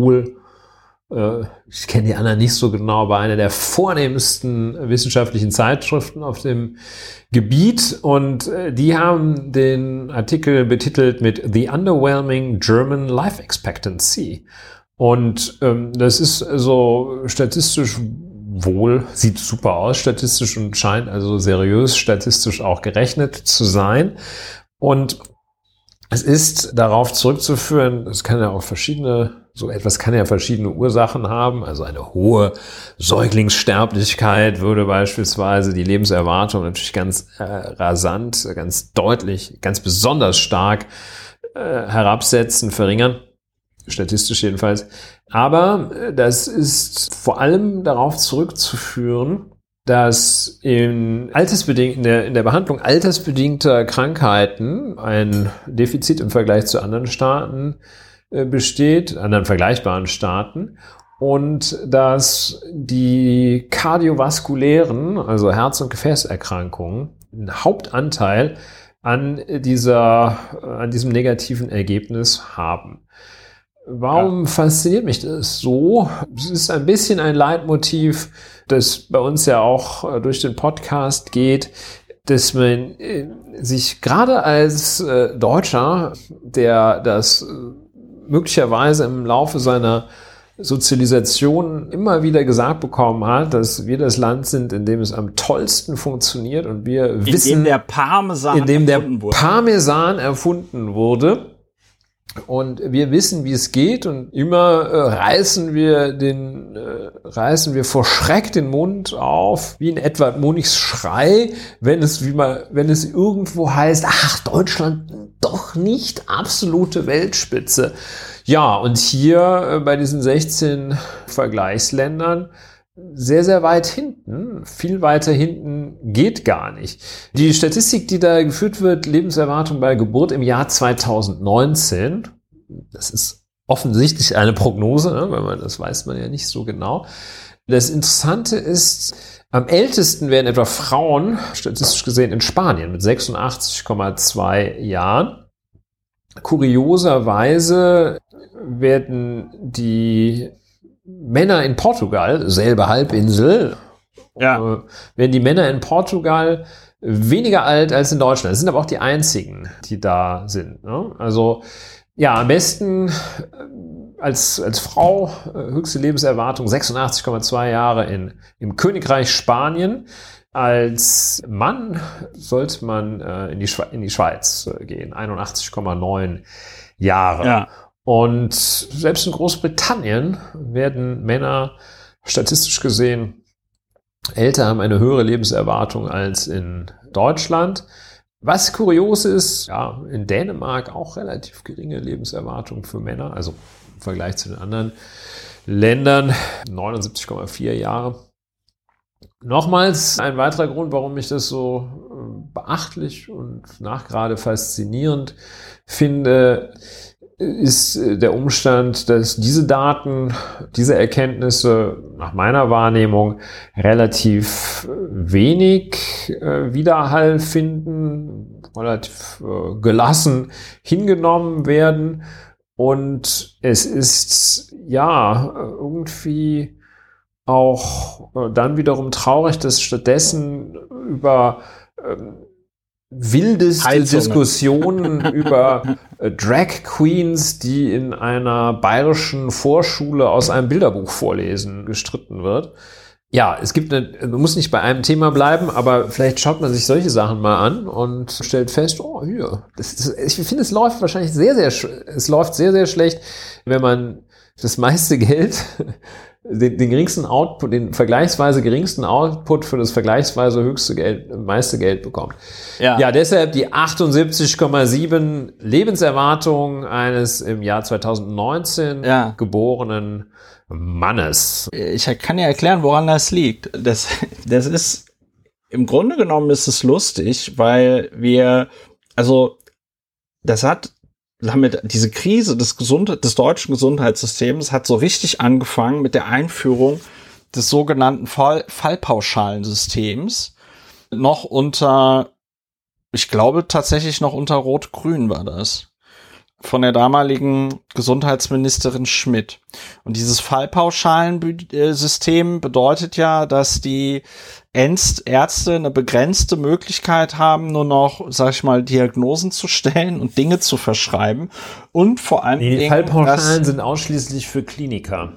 ich kenne die anderen nicht so genau, aber eine der vornehmsten wissenschaftlichen Zeitschriften auf dem Gebiet. Und die haben den Artikel betitelt mit The Underwhelming German Life Expectancy. Und das ist so statistisch sieht super aus statistisch und scheint also seriös statistisch auch gerechnet zu sein. Und es ist darauf zurückzuführen, es kann ja auch so etwas kann ja verschiedene Ursachen haben. Also eine hohe Säuglingssterblichkeit würde beispielsweise die Lebenserwartung natürlich ganz rasant, ganz deutlich, ganz besonders stark herabsetzen, verringern. Statistisch jedenfalls. Aber das ist vor allem darauf zurückzuführen, dass in der Behandlung altersbedingter Krankheiten ein Defizit im Vergleich zu anderen Staaten besteht, anderen vergleichbaren Staaten, und dass die kardiovaskulären, also Herz- und Gefäßerkrankungen, einen Hauptanteil an diesem negativen Ergebnis haben. Warum fasziniert mich das so? Es ist ein bisschen ein Leitmotiv, das bei uns ja auch durch den Podcast geht, dass man sich gerade als Deutscher, der das möglicherweise im Laufe seiner Sozialisation immer wieder gesagt bekommen hat, dass wir das Land sind, in dem es am tollsten funktioniert und wir wissen, in dem der Parmesan erfunden wurde. Und wir wissen, wie es geht, und immer reißen wir vor Schreck den Mund auf, wie in Edward Munichs Schrei, wenn es irgendwo heißt, ach, Deutschland doch nicht absolute Weltspitze. Ja, und hier bei diesen 16 Vergleichsländern sehr, sehr weit hinten. Viel weiter hinten geht gar nicht. Die Statistik, die da geführt wird, Lebenserwartung bei Geburt im Jahr 2019, das ist offensichtlich eine Prognose, ne, weil das weiß man ja nicht so genau. Das Interessante ist, am ältesten werden etwa Frauen, statistisch gesehen in Spanien, mit 86,2 Jahren. Kurioserweise werden die Männer in Portugal, selbe Halbinsel, werden die Männer in Portugal weniger alt als in Deutschland. Das sind aber auch die einzigen, die da sind. Ne? Also ja, am besten als Frau höchste Lebenserwartung 86,2 Jahre im Königreich Spanien. Als Mann sollte man in die Schweiz gehen, 81,9 Jahre. Ja. Und selbst in Großbritannien werden Männer statistisch gesehen älter, haben eine höhere Lebenserwartung als in Deutschland. Was kurios ist, ja, in Dänemark auch relativ geringe Lebenserwartung für Männer, also im Vergleich zu den anderen Ländern, 79,4 Jahre. Nochmals ein weiterer Grund, warum ich das so beachtlich und nachgerade faszinierend finde, ist der Umstand, dass diese Daten, diese Erkenntnisse nach meiner Wahrnehmung relativ wenig Widerhall finden, relativ gelassen hingenommen werden. Und es ist ja irgendwie auch dann wiederum traurig, dass stattdessen über wildeste Diskussionen über Drag Queens, die in einer bayerischen Vorschule aus einem Bilderbuch vorlesen, gestritten wird. Ja, man muss nicht bei einem Thema bleiben, aber vielleicht schaut man sich solche Sachen mal an und stellt fest, oh, hier, ich finde, es läuft wahrscheinlich sehr, sehr schlecht, wenn man das meiste Geld, den geringsten Output, den vergleichsweise geringsten Output für das vergleichsweise meiste Geld bekommt. Ja, deshalb die 78,7 Lebenserwartung eines im Jahr 2019 geborenen Mannes. Ich kann ja erklären, woran das liegt. Das ist, im Grunde genommen ist es lustig, weil diese Krise des deutschen Gesundheitssystems hat so richtig angefangen mit der Einführung des sogenannten Fallpauschalensystems. Ich glaube tatsächlich noch unter Rot-Grün war das. Von der damaligen Gesundheitsministerin Schmidt. Und dieses Fallpauschalensystem bedeutet ja, dass die Ärzte eine begrenzte Möglichkeit haben, nur noch, sag ich mal, Diagnosen zu stellen und Dinge zu verschreiben. Und vor allem die Fallpauschalen sind ausschließlich für Kliniker.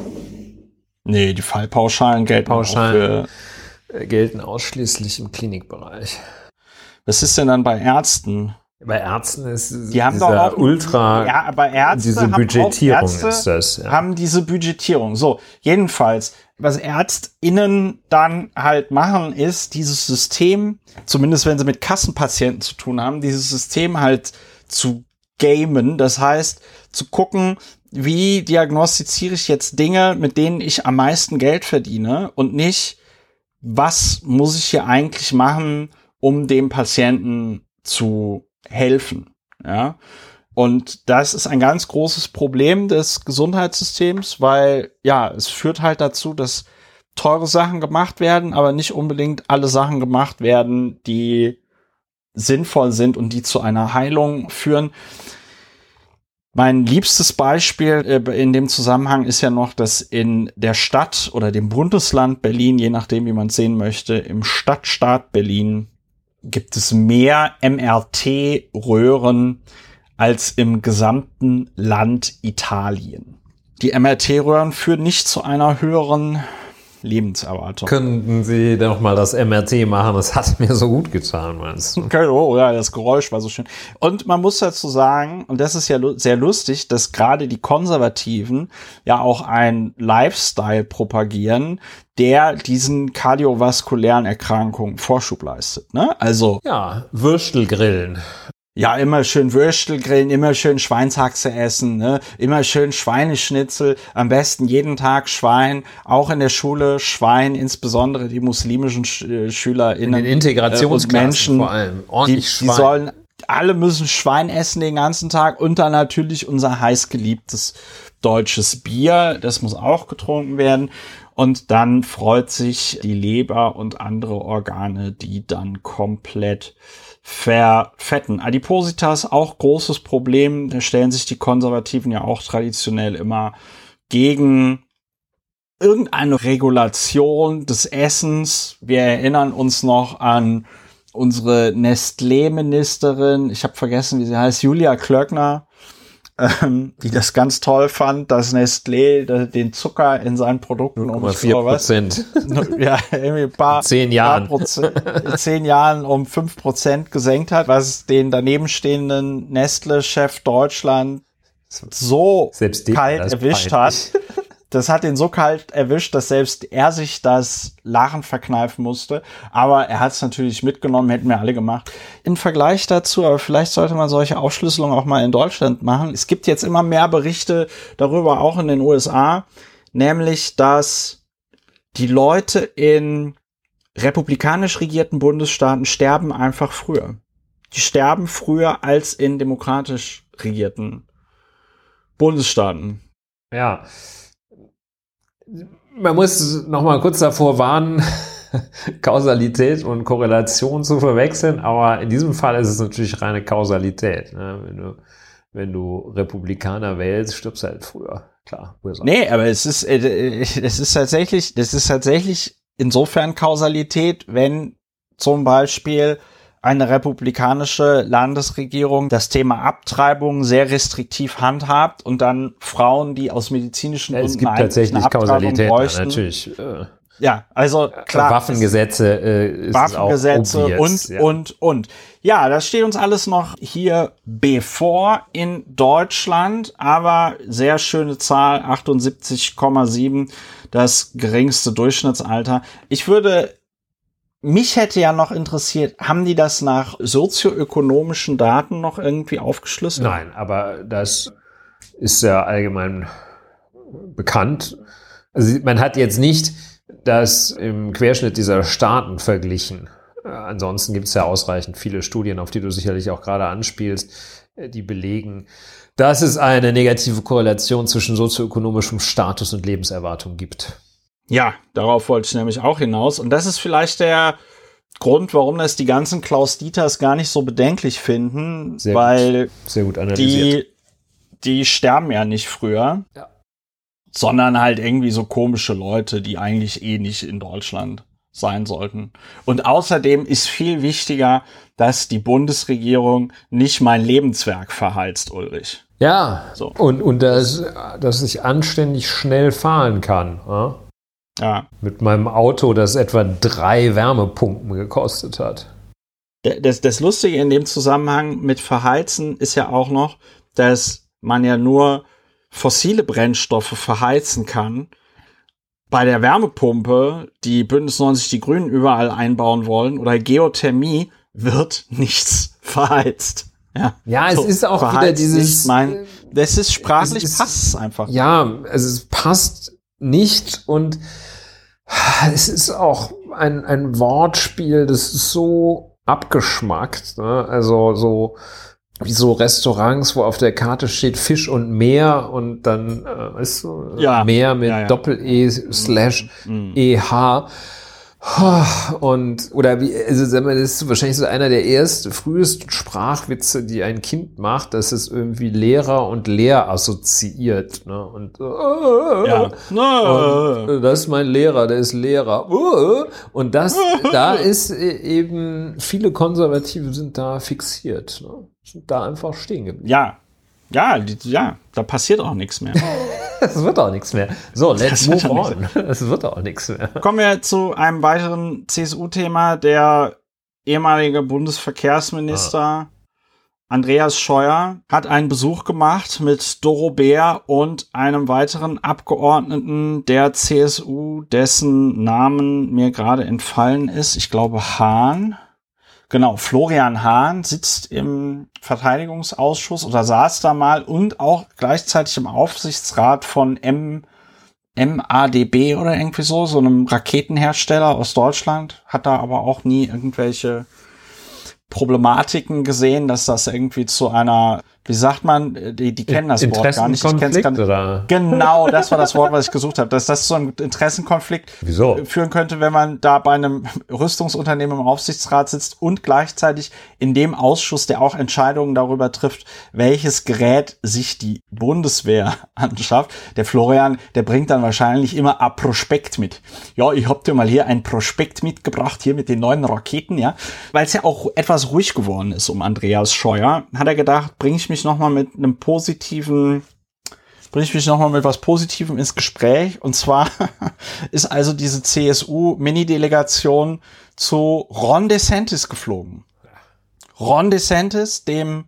Nee, die Fallpauschalen gelten ausschließlich im Klinikbereich. Was ist denn dann bei Ärzten? Bei Ärzten ist die haben doch auch aber Ärzte diese Budgetierung ist das. Ja. Haben diese Budgetierung. So, jedenfalls, was ÄrztInnen dann halt machen, ist dieses System, zumindest wenn sie mit Kassenpatienten zu tun haben, dieses System halt zu gamen. Das heißt, zu gucken, wie diagnostiziere ich jetzt Dinge, mit denen ich am meisten Geld verdiene und nicht, was muss ich hier eigentlich machen, um dem Patienten zu helfen, ja. Und das ist ein ganz großes Problem des Gesundheitssystems, weil, ja, es führt halt dazu, dass teure Sachen gemacht werden, aber nicht unbedingt alle Sachen gemacht werden, die sinnvoll sind und die zu einer Heilung führen. Mein liebstes Beispiel in dem Zusammenhang ist ja noch, dass in der Stadt oder dem Bundesland Berlin, je nachdem, wie man es sehen möchte, im Stadtstaat Berlin gibt es mehr MRT-Röhren als im gesamten Land Italien. Die MRT-Röhren führen nicht zu einer höheren Lebenserwartung. Könnten Sie doch mal das MRT machen? Das hat mir so gut getan, meinst du? Okay, oh ja, das Geräusch war so schön. Und man muss dazu sagen, und das ist ja sehr lustig, dass gerade die Konservativen ja auch einen Lifestyle propagieren, der diesen kardiovaskulären Erkrankungen Vorschub leistet, ne? Also ja, Würstelgrillen. Ja, immer schön Würstel grillen, immer schön Schweinshaxe essen, ne? Immer schön Schweineschnitzel, am besten jeden Tag Schwein, auch in der Schule Schwein, insbesondere die muslimischen SchülerInnen. In den Integrationsklassen Menschen, vor allem. Ordentlich Schwein. Alle müssen Schwein essen den ganzen Tag und dann natürlich unser heißgeliebtes deutsches Bier, das muss auch getrunken werden. Und dann freut sich die Leber und andere Organe, die dann komplett verfetten. Adipositas, auch großes Problem. Da stellen sich die Konservativen ja auch traditionell immer gegen irgendeine Regulation des Essens. Wir erinnern uns noch an unsere Nestlé-Ministerin, ich habe vergessen, wie sie heißt, Julia Klöckner, die das ganz toll fand, dass Nestlé den Zucker in seinen Produkten um 4%. Ja, irgendwie ein paar 10 Jahren. 10 Jahren um 5% gesenkt hat, was den danebenstehenden Nestle-Chef Deutschland so kalt erwischt hat. Das hat ihn so kalt erwischt, dass selbst er sich das Lachen verkneifen musste. Aber er hat es natürlich mitgenommen, hätten wir alle gemacht. Im Vergleich dazu, aber vielleicht sollte man solche Aufschlüsselungen auch mal in Deutschland machen. Es gibt jetzt immer mehr Berichte darüber, auch in den USA, nämlich, dass die Leute in republikanisch regierten Bundesstaaten sterben einfach früher. Die sterben früher als in demokratisch regierten Bundesstaaten. Ja. Man muss noch mal kurz davor warnen, Kausalität und Korrelation zu verwechseln, aber in diesem Fall ist es natürlich reine Kausalität. Ne? Wenn du Republikaner wählst, stirbst du halt früher. Klar. Nee, aber es ist tatsächlich insofern Kausalität, wenn zum Beispiel eine republikanische Landesregierung das Thema Abtreibung sehr restriktiv handhabt und dann Frauen, die aus medizinischen Gründen es gibt tatsächlich Kausalität, bräuchten, natürlich. Ja, also klar. Waffengesetze und. Ja, das steht uns alles noch hier bevor in Deutschland, aber sehr schöne Zahl, 78,7, das geringste Durchschnittsalter. Mich hätte ja noch interessiert, haben die das nach sozioökonomischen Daten noch irgendwie aufgeschlüsselt? Nein, aber das ist ja allgemein bekannt. Also man hat jetzt nicht das im Querschnitt dieser Staaten verglichen. Ansonsten gibt es ja ausreichend viele Studien, auf die du sicherlich auch gerade anspielst, die belegen, dass es eine negative Korrelation zwischen sozioökonomischem Status und Lebenserwartung gibt. Ja, darauf wollte ich nämlich auch hinaus. Und das ist vielleicht der Grund, warum das die ganzen Klaus-Dieters gar nicht so bedenklich finden, sehr gut analysiert. Die sterben ja nicht früher, sondern halt irgendwie so komische Leute, die eigentlich nicht in Deutschland sein sollten. Und außerdem ist viel wichtiger, dass die Bundesregierung nicht mein Lebenswerk verheizt, Ulrich. Ja, so. Und dass ich anständig schnell fahren kann. Ja. Mit meinem Auto, das etwa 3 Wärmepumpen gekostet hat. Das Lustige in dem Zusammenhang mit Verheizen ist ja auch noch, dass man ja nur fossile Brennstoffe verheizen kann. Bei der Wärmepumpe, die Bündnis 90 Die Grünen überall einbauen wollen, oder Geothermie, wird nichts verheizt. Ja, es ist auch wieder dieses... Das ist sprachlich, passt es einfach. Ja, also es passt nicht und es ist auch ein Wortspiel, das ist so abgeschmackt, ne? Also so wie so Restaurants, wo auf der Karte steht Fisch und Meer und dann Meer mit Doppel-E/EH. Und, oder wie, also sagen wir, das ist wahrscheinlich so einer der frühesten Sprachwitze, die ein Kind macht, dass es irgendwie Lehrer und Lehr assoziiert, ne? Und das ist mein Lehrer, der ist Lehrer. Und da ist eben, viele Konservative sind da fixiert, ne? Sind da einfach stehen geblieben. Ja, da passiert auch nichts mehr. Es wird auch nichts mehr. So, let's move on. Es wird auch nichts mehr. Kommen wir zu einem weiteren CSU-Thema. Der ehemalige Bundesverkehrsminister Andreas Scheuer hat einen Besuch gemacht mit Doro Bär und einem weiteren Abgeordneten der CSU, dessen Namen mir gerade entfallen ist. Ich glaube Hahn. Genau, Florian Hahn sitzt im Verteidigungsausschuss oder saß da mal und auch gleichzeitig im Aufsichtsrat von MADB oder irgendwie so einem Raketenhersteller aus Deutschland, hat da aber auch nie irgendwelche Problematiken gesehen, dass das irgendwie zu einer, wie sagt man, die kennen das Wort gar nicht. Interessenkonflikt, oder? Genau, das war das Wort, was ich gesucht habe, dass das zu einem Interessenkonflikt führen könnte, wenn man da bei einem Rüstungsunternehmen im Aufsichtsrat sitzt und gleichzeitig in dem Ausschuss, der auch Entscheidungen darüber trifft, welches Gerät sich die Bundeswehr anschafft. Der Florian, der bringt dann wahrscheinlich immer ein Prospekt mit. Ja, ich hab dir mal hier ein Prospekt mitgebracht, hier mit den neuen Raketen, ja. Weil es ja auch etwas ruhig geworden ist um Andreas Scheuer, hat er gedacht, bringe ich mich nochmal mit was Positivem ins Gespräch. Und zwar ist also diese CSU-Mini-Delegation zu Ron DeSantis geflogen. Ron DeSantis, dem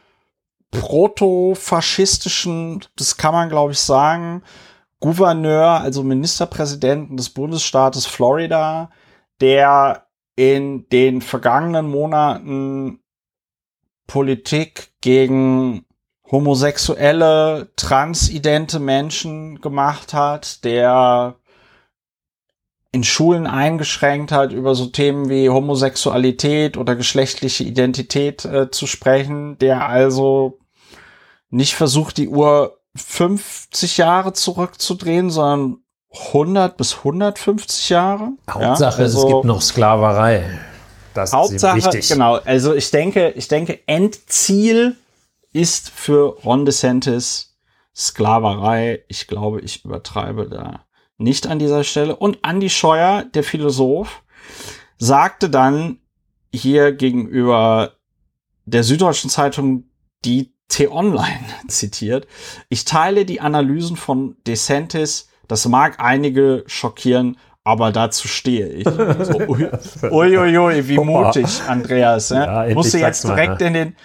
protofaschistischen, das kann man glaube ich sagen, Gouverneur, also Ministerpräsidenten des Bundesstaates Florida, der in den vergangenen Monaten Politik gegen homosexuelle, transidente Menschen gemacht hat, der in Schulen eingeschränkt hat, über so Themen wie Homosexualität oder geschlechtliche Identität zu sprechen, der also nicht versucht, die Uhr 50 Jahre zurückzudrehen, sondern 100 bis 150 Jahre. Hauptsache, ja, also es gibt noch Sklaverei. Das Hauptsache, ist wichtig. Genau. Also ich denke, Endziel ist für Ron DeSantis Sklaverei. Ich glaube, ich übertreibe da nicht an dieser Stelle. Und Andi Scheuer, der Philosoph, sagte dann hier gegenüber der Süddeutschen Zeitung, die T-Online zitiert: Ich teile die Analysen von DeSantis. Das mag einige schockieren, aber dazu stehe ich. So, uiuiui, wie mutig, Andreas. Ja? Musste jetzt direkt in den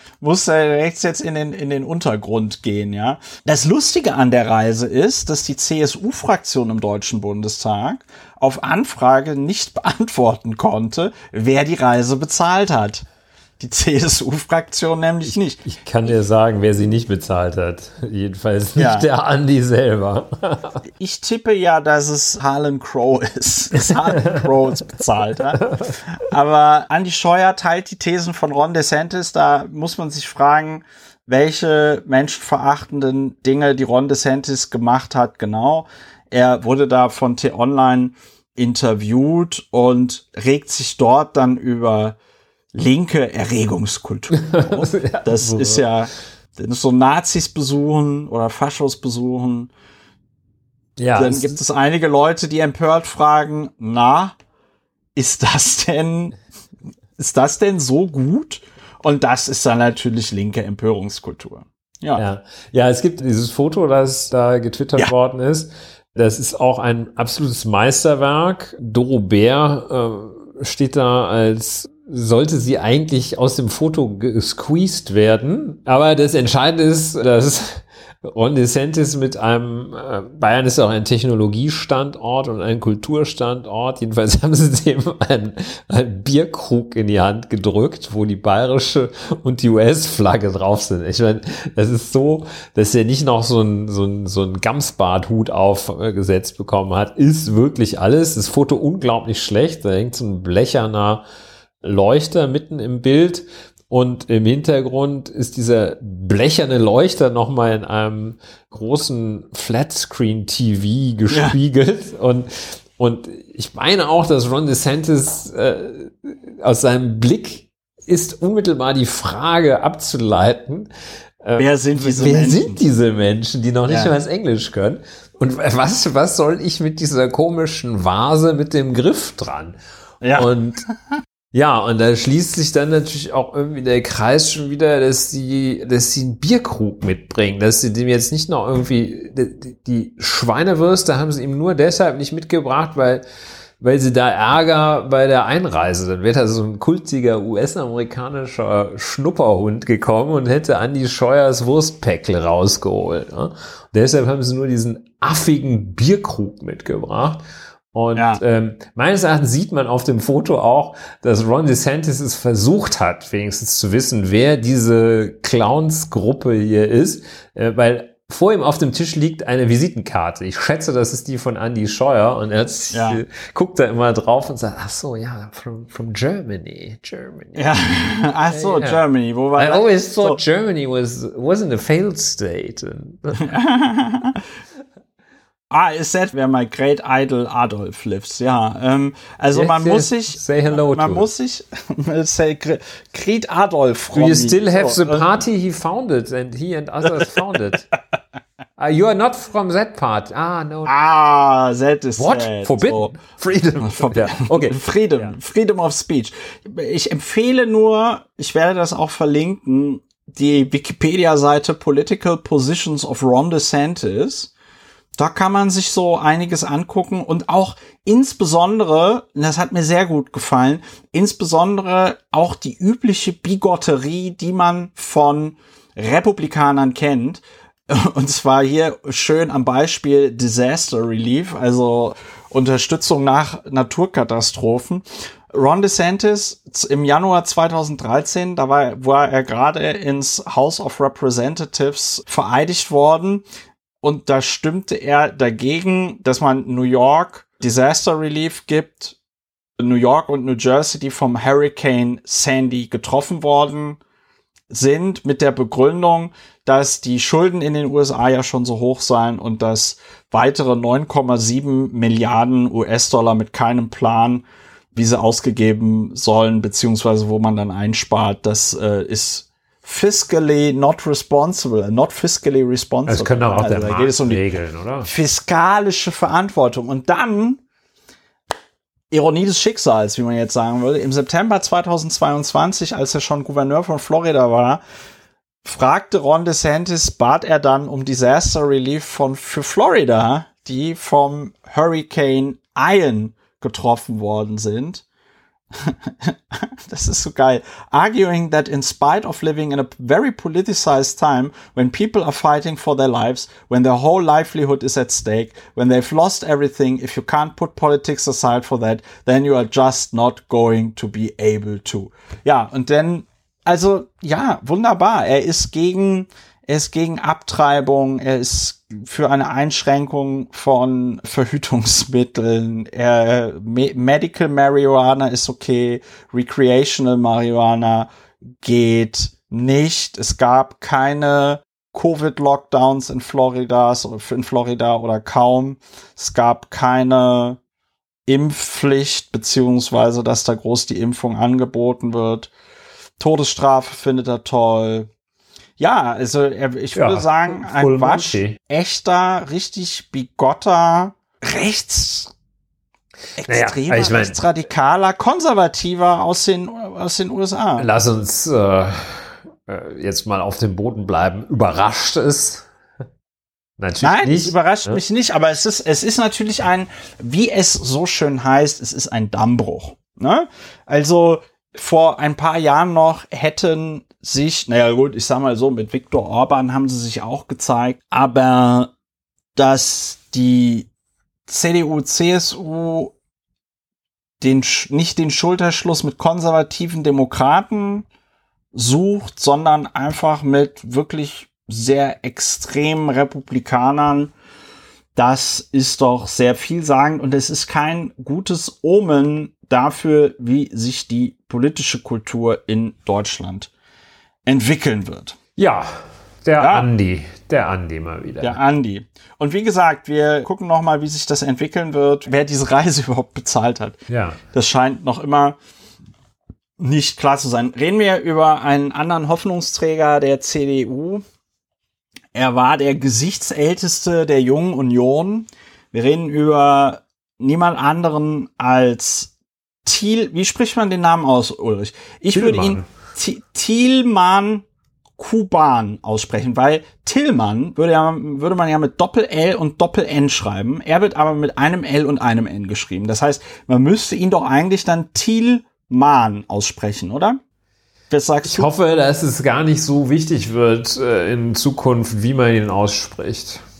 Untergrund gehen, ja. Das Lustige an der Reise ist, dass die CSU-Fraktion im Deutschen Bundestag auf Anfrage nicht beantworten konnte, wer die Reise bezahlt hat. Die CSU-Fraktion nämlich nicht. Ich kann dir sagen, wer sie nicht bezahlt hat. Jedenfalls nicht der Andi selber. Ich tippe ja, dass es Harlan Crow ist. Dass Harlan Crow es bezahlt hat. Aber Andi Scheuer teilt die Thesen von Ron DeSantis. Da muss man sich fragen, welche menschenverachtenden Dinge die Ron DeSantis gemacht hat. Genau. Er wurde da von T-Online interviewt und regt sich dort dann über linke Erregungskultur. Das ist ja so Nazis besuchen oder Faschos besuchen. Ja, dann gibt es einige Leute, die empört fragen, ist das denn so gut? Und das ist dann natürlich linke Empörungskultur. Ja, es gibt dieses Foto, das da getwittert worden ist. Das ist auch ein absolutes Meisterwerk. Doro Bär steht da als sollte sie eigentlich aus dem Foto gesqueezed werden. Aber das Entscheidende ist, dass Ron DeSantis mit einem, Bayern ist auch ein Technologiestandort und ein Kulturstandort. Jedenfalls haben sie dem einen Bierkrug in die Hand gedrückt, wo die bayerische und die US-Flagge drauf sind. Ich meine, das ist so, dass er nicht noch so ein Gamsbart-Hut aufgesetzt bekommen hat, ist wirklich alles. Das Foto unglaublich schlecht. Da hängt so ein blecherner Leuchter mitten im Bild und im Hintergrund ist dieser blecherne Leuchter nochmal in einem großen Flatscreen-TV gespiegelt und ich meine auch, dass Ron DeSantis aus seinem Blick ist unmittelbar die Frage abzuleiten, wer sind diese Menschen, die noch nicht mal das Englisch können? Und was soll ich mit dieser komischen Vase mit dem Griff dran? Ja. Und da schließt sich dann natürlich auch irgendwie der Kreis schon wieder, dass sie einen Bierkrug mitbringen, dass sie dem jetzt nicht noch irgendwie, die Schweinewürste haben sie ihm nur deshalb nicht mitgebracht, weil sie da Ärger bei der Einreise, dann wäre da so ein kultiger US-amerikanischer Schnupperhund gekommen und hätte Andi Scheuers Wurstpäckle rausgeholt. Ne? Deshalb haben sie nur diesen affigen Bierkrug mitgebracht. Und meines Erachtens sieht man auf dem Foto auch, dass Ron DeSantis es versucht hat, wenigstens zu wissen, wer diese Clowns-Gruppe hier ist, weil vor ihm auf dem Tisch liegt eine Visitenkarte. Ich schätze, das ist die von Andy Scheuer und er guckt da immer drauf und sagt, ach so, ja, from Germany. Ja, ach so, Germany. Wo war I always thought Germany wasn't a failed state. Is that where my great idol Adolf lives? Ja, also man muss sich say Great Adolf. Do you still have the party he founded and he and others founded? You are not from that part. No. That is what? Sad. Forbidden? So. Freedom. Ja, okay. Freedom of Speech. Ich empfehle nur, ich werde das auch verlinken, die Wikipedia-Seite Political Positions of Ron DeSantis. Da kann man sich so einiges angucken und auch insbesondere, das hat mir sehr gut gefallen, insbesondere auch die übliche Bigotterie, die man von Republikanern kennt. Und zwar hier schön am Beispiel Disaster Relief, also Unterstützung nach Naturkatastrophen. Ron DeSantis im Januar 2013, da war er gerade ins House of Representatives vereidigt worden. Und da stimmte er dagegen, dass man New York Disaster Relief gibt. New York und New Jersey, die vom Hurricane Sandy getroffen worden sind, mit der Begründung, dass die Schulden in den USA ja schon so hoch seien und dass weitere 9,7 Milliarden US-Dollar mit keinem Plan, wie sie ausgegeben sollen, beziehungsweise wo man dann einspart, das ist fiscally not responsible. Das können auch der Markt geht es um regeln, oder? Fiskalische Verantwortung. Und dann, Ironie des Schicksals, wie man jetzt sagen würde, im September 2022, als er schon Gouverneur von Florida war, fragte Ron DeSantis, bat er dann um Disaster Relief für Florida, die vom Hurricane Ian getroffen worden sind. Das ist so geil. Arguing that in spite of living in a very politicized time, when people are fighting for their lives, when their whole livelihood is at stake, when they've lost everything, if you can't put politics aside for that, then you are just not going to be able to. Ja, und dann, also, ja, wunderbar. Er ist gegen Abtreibung, er ist für eine Einschränkung von Verhütungsmitteln, Medical Marijuana ist okay, Recreational Marijuana geht nicht. Es gab keine Covid-Lockdowns in Florida oder kaum. Es gab keine Impfpflicht, beziehungsweise dass da groß die Impfung angeboten wird. Todesstrafe findet er toll. Ja, also ich würde sagen, ein echter, richtig bigotter, rechtsradikaler, konservativer aus den USA. Lass uns jetzt mal auf dem Boden bleiben. Überrascht es? Natürlich Nein, nicht. Es überrascht mich nicht, aber es ist natürlich wie es so schön heißt, es ist ein Dammbruch. Ne? Also vor ein paar Jahren noch hätten sich, naja gut, ich sag mal so, mit Viktor Orban haben sie sich auch gezeigt, aber dass die CDU, CSU nicht den Schulterschluss mit konservativen Demokraten sucht, sondern einfach mit wirklich sehr extremen Republikanern, das ist doch sehr vielsagend und es ist kein gutes Omen dafür, wie sich die politische Kultur in Deutschland entwickeln wird. Ja, der Andi mal wieder. Der Andi. Und wie gesagt, wir gucken noch mal, wie sich das entwickeln wird, wer diese Reise überhaupt bezahlt hat. Ja. Das scheint noch immer nicht klar zu sein. Reden wir über einen anderen Hoffnungsträger der CDU. Er war der Gesichtsälteste der Jungen Union. Wir reden über niemand anderen als wie spricht man den Namen aus, Ulrich? Ich würde ihn Tilman Kuban aussprechen, weil Tillmann würde man ja mit Doppel-L und Doppel-N schreiben. Er wird aber mit einem L und einem N geschrieben. Das heißt, man müsste ihn doch eigentlich dann Tilman aussprechen, oder? Was sagst du? Ich hoffe, dass es gar nicht so wichtig wird in Zukunft, wie man ihn ausspricht.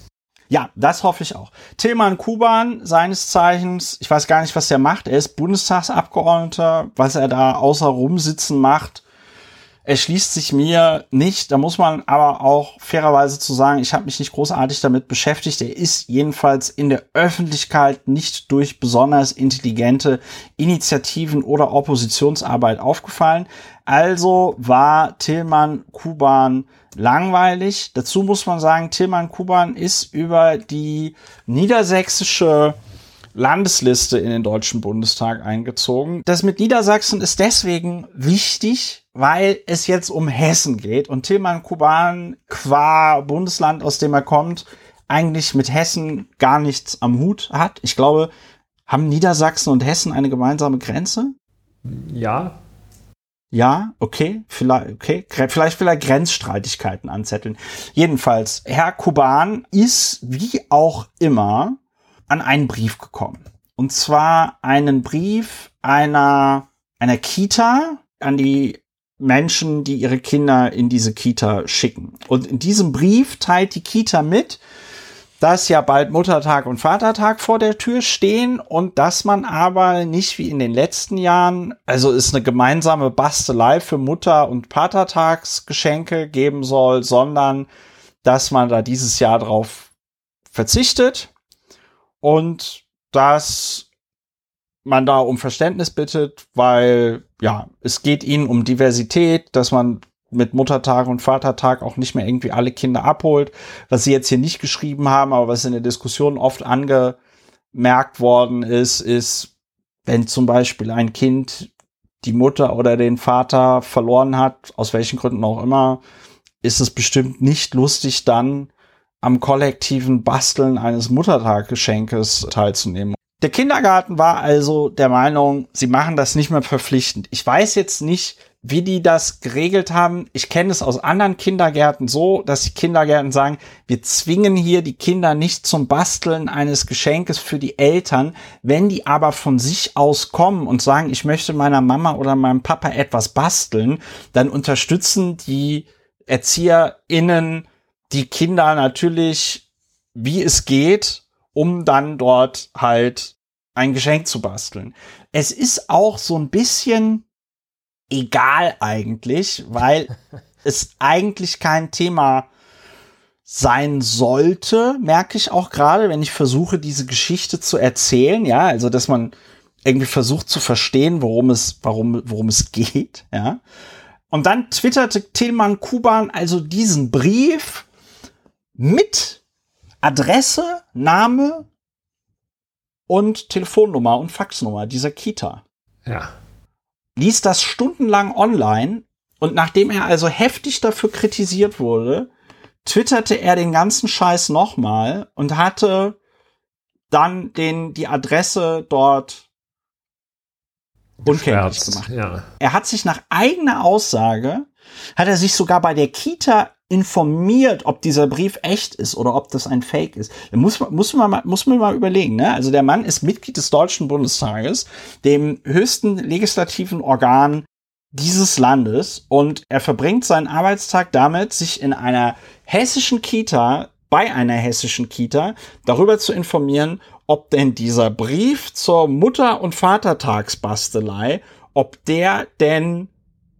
Ja, das hoffe ich auch. Tilman Kuban, seines Zeichens, ich weiß gar nicht, was der macht. Er ist Bundestagsabgeordneter. Was er da außer rumsitzen macht, erschließt sich mir nicht. Da muss man aber auch fairerweise zu sagen, ich habe mich nicht großartig damit beschäftigt. Er ist jedenfalls in der Öffentlichkeit nicht durch besonders intelligente Initiativen oder Oppositionsarbeit aufgefallen. Also war Tilman Kuban langweilig. Dazu muss man sagen, Tilman Kuban ist über die niedersächsische Landesliste in den Deutschen Bundestag eingezogen. Das mit Niedersachsen ist deswegen wichtig, weil es jetzt um Hessen geht und Tilman Kuban qua Bundesland, aus dem er kommt, eigentlich mit Hessen gar nichts am Hut hat. Ich glaube, haben Niedersachsen und Hessen eine gemeinsame Grenze? Ja. Ja, okay, vielleicht Grenzstreitigkeiten anzetteln. Jedenfalls, Herr Kuban ist wie auch immer an einen Brief gekommen. Und zwar einen Brief einer Kita an die Menschen, die ihre Kinder in diese Kita schicken. Und in diesem Brief teilt die Kita mit, dass ja bald Muttertag und Vatertag vor der Tür stehen und dass man aber nicht wie in den letzten Jahren, also es eine gemeinsame Bastelei für Mutter- und Vatertagsgeschenke geben soll, sondern dass man da dieses Jahr drauf verzichtet und dass man da um Verständnis bittet, weil ja, es geht ihnen um Diversität, dass man mit Muttertag und Vatertag auch nicht mehr irgendwie alle Kinder abholt, was sie jetzt hier nicht geschrieben haben, aber was in der Diskussion oft angemerkt worden ist, wenn zum Beispiel ein Kind die Mutter oder den Vater verloren hat, aus welchen Gründen auch immer, ist es bestimmt nicht lustig, dann am kollektiven Basteln eines Muttertaggeschenkes teilzunehmen. Der Kindergarten war also der Meinung, sie machen das nicht mehr verpflichtend. Ich weiß jetzt nicht, wie die das geregelt haben. Ich kenne es aus anderen Kindergärten so, dass die Kindergärten sagen, wir zwingen hier die Kinder nicht zum Basteln eines Geschenkes für die Eltern. Wenn die aber von sich aus kommen und sagen, ich möchte meiner Mama oder meinem Papa etwas basteln, dann unterstützen die ErzieherInnen die Kinder natürlich, wie es geht, um dann dort halt ein Geschenk zu basteln. Es ist auch so ein bisschen egal eigentlich, weil es eigentlich kein Thema sein sollte, merke ich auch gerade, wenn ich versuche, diese Geschichte zu erzählen, ja, also dass man irgendwie versucht zu verstehen, worum es geht, ja. Und dann twitterte Tilman Kuban also diesen Brief mit Adresse, Name und Telefonnummer und Faxnummer dieser Kita. Ja. Ließ das stundenlang online und nachdem er also heftig dafür kritisiert wurde, twitterte er den ganzen Scheiß nochmal und hatte dann die Adresse dort unkenntlich gemacht. Ja. Er hat sich nach eigener Aussage, hat er sich sogar bei der Kita informiert, ob dieser Brief echt ist oder ob das ein Fake ist. Da muss man mal überlegen, ne? Also der Mann ist Mitglied des Deutschen Bundestages, dem höchsten legislativen Organ dieses Landes, und er verbringt seinen Arbeitstag damit, sich bei einer hessischen Kita darüber zu informieren, ob denn dieser Brief zur Mutter- und Vatertagsbastelei, ob der denn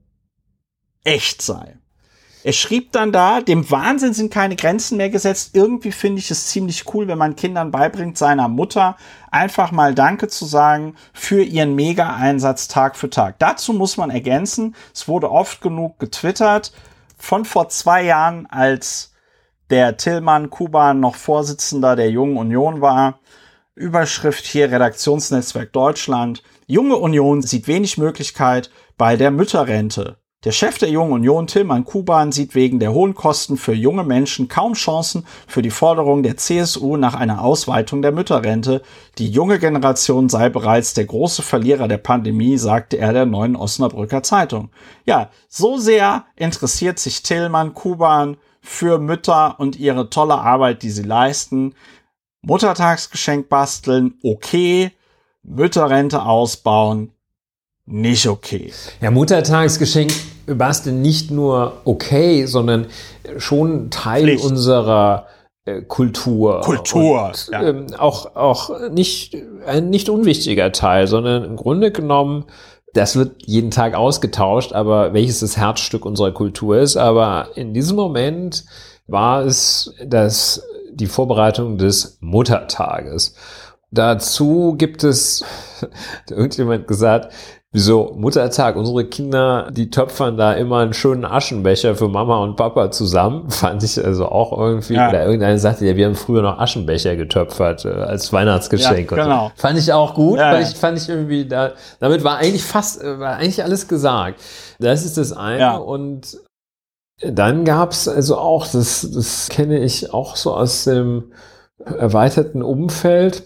echt sei. Er schrieb dann da, dem Wahnsinn sind keine Grenzen mehr gesetzt. Irgendwie finde ich es ziemlich cool, wenn man Kindern beibringt, seiner Mutter einfach mal Danke zu sagen für ihren Mega-Einsatz Tag für Tag. Dazu muss man ergänzen, es wurde oft genug getwittert, von vor 2 Jahren, als der Tilman Kuban noch Vorsitzender der Jungen Union war. Überschrift hier, Redaktionsnetzwerk Deutschland. Junge Union sieht wenig Möglichkeit bei der Mütterrente. Der Chef der Jungen Union, Tilman Kuban, sieht wegen der hohen Kosten für junge Menschen kaum Chancen für die Forderung der CSU nach einer Ausweitung der Mütterrente. Die junge Generation sei bereits der große Verlierer der Pandemie, sagte er der Neuen Osnabrücker Zeitung. Ja, so sehr interessiert sich Tilman Kuban für Mütter und ihre tolle Arbeit, die sie leisten. Muttertagsgeschenk basteln, okay. Mütterrente ausbauen, nicht okay. Ja, Muttertagsgeschenk basteln nicht nur okay, sondern schon Teil Pflicht. unserer Kultur. Und, ja. Auch nicht ein nicht unwichtiger Teil, sondern im Grunde genommen, das wird jeden Tag ausgetauscht, aber welches das Herzstück unserer Kultur ist. Aber in diesem Moment war es die Vorbereitung des Muttertages. Dazu gibt es, hat irgendjemand gesagt, wieso Muttertag, unsere Kinder, die töpfern da immer einen schönen Aschenbecher für Mama und Papa zusammen. Fand ich also auch irgendwie, oder irgendeiner sagte, ja, wir haben früher noch Aschenbecher getöpfert als Weihnachtsgeschenk. Ja, genau. Und so. Fand ich auch gut, ja, fand ich irgendwie, damit war eigentlich alles gesagt. Das ist das eine. Ja. Und dann gab's also auch, das kenne ich auch so aus dem erweiterten Umfeld,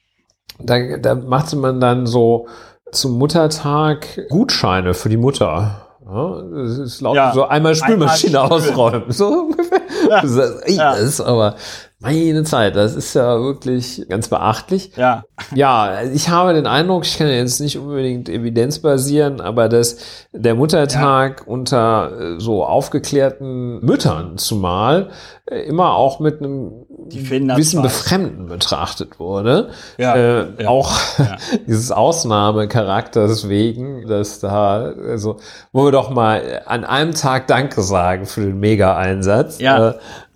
da machte man dann so zum Muttertag Gutscheine für die Mutter. Ja, das ist laut so einmal Spülmaschine ausräumen. So ungefähr. Ja. Das ist aber meine Zeit, das ist ja wirklich ganz beachtlich. Ja, ich habe den Eindruck, ich kann jetzt nicht unbedingt evidenzbasieren, aber dass der Muttertag unter so aufgeklärten Müttern zumal immer auch mit einem gewissen Befremden betrachtet wurde. Auch dieses Ausnahmecharakters wegen, dass da, also, wo wir doch mal an einem Tag Danke sagen für den Mega-Einsatz. Ja.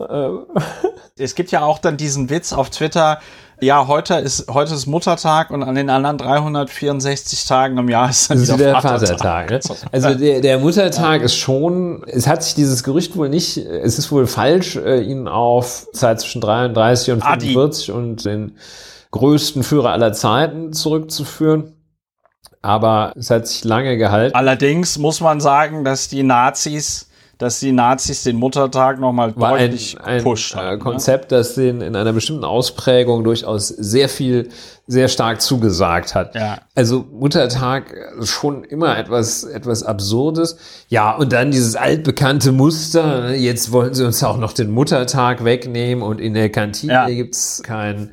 Es gibt ja auch dann diesen Witz auf Twitter, ja, heute ist Muttertag und an den anderen 364 Tagen im Jahr ist dann wieder der Vatertag. Ne? Also der Muttertag ist schon, es hat sich dieses Gerücht wohl nicht, es ist wohl falsch, ihn auf Zeit zwischen 33 und 45 und den größten Führer aller Zeiten zurückzuführen. Aber es hat sich lange gehalten. Allerdings muss man sagen, dass die Nazis den Muttertag nochmal deutlich gepusht haben. Ein Konzept, das denen in einer bestimmten Ausprägung durchaus sehr stark zugesagt hat. Ja. Also Muttertag schon immer etwas Absurdes. Ja, und dann dieses altbekannte Muster. Jetzt wollen sie uns auch noch den Muttertag wegnehmen und in der Kantine gibt's kein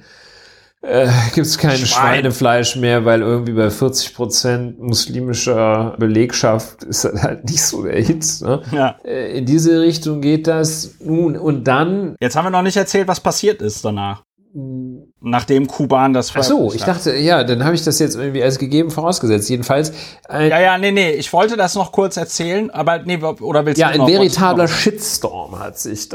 Schweinefleisch mehr, weil irgendwie bei 40% muslimischer Belegschaft ist das halt nicht so der Hit. Ne? Ja. In diese Richtung geht das nun und dann. Jetzt haben wir noch nicht erzählt, was passiert ist danach. Nachdem Kuban das Ach so, ich dachte, ja, dann habe ich das jetzt irgendwie als gegeben vorausgesetzt. Jedenfalls. Nee, ich wollte das noch kurz erzählen, aber oder willst du noch? Ja, ein veritabler Shitstorm hat sich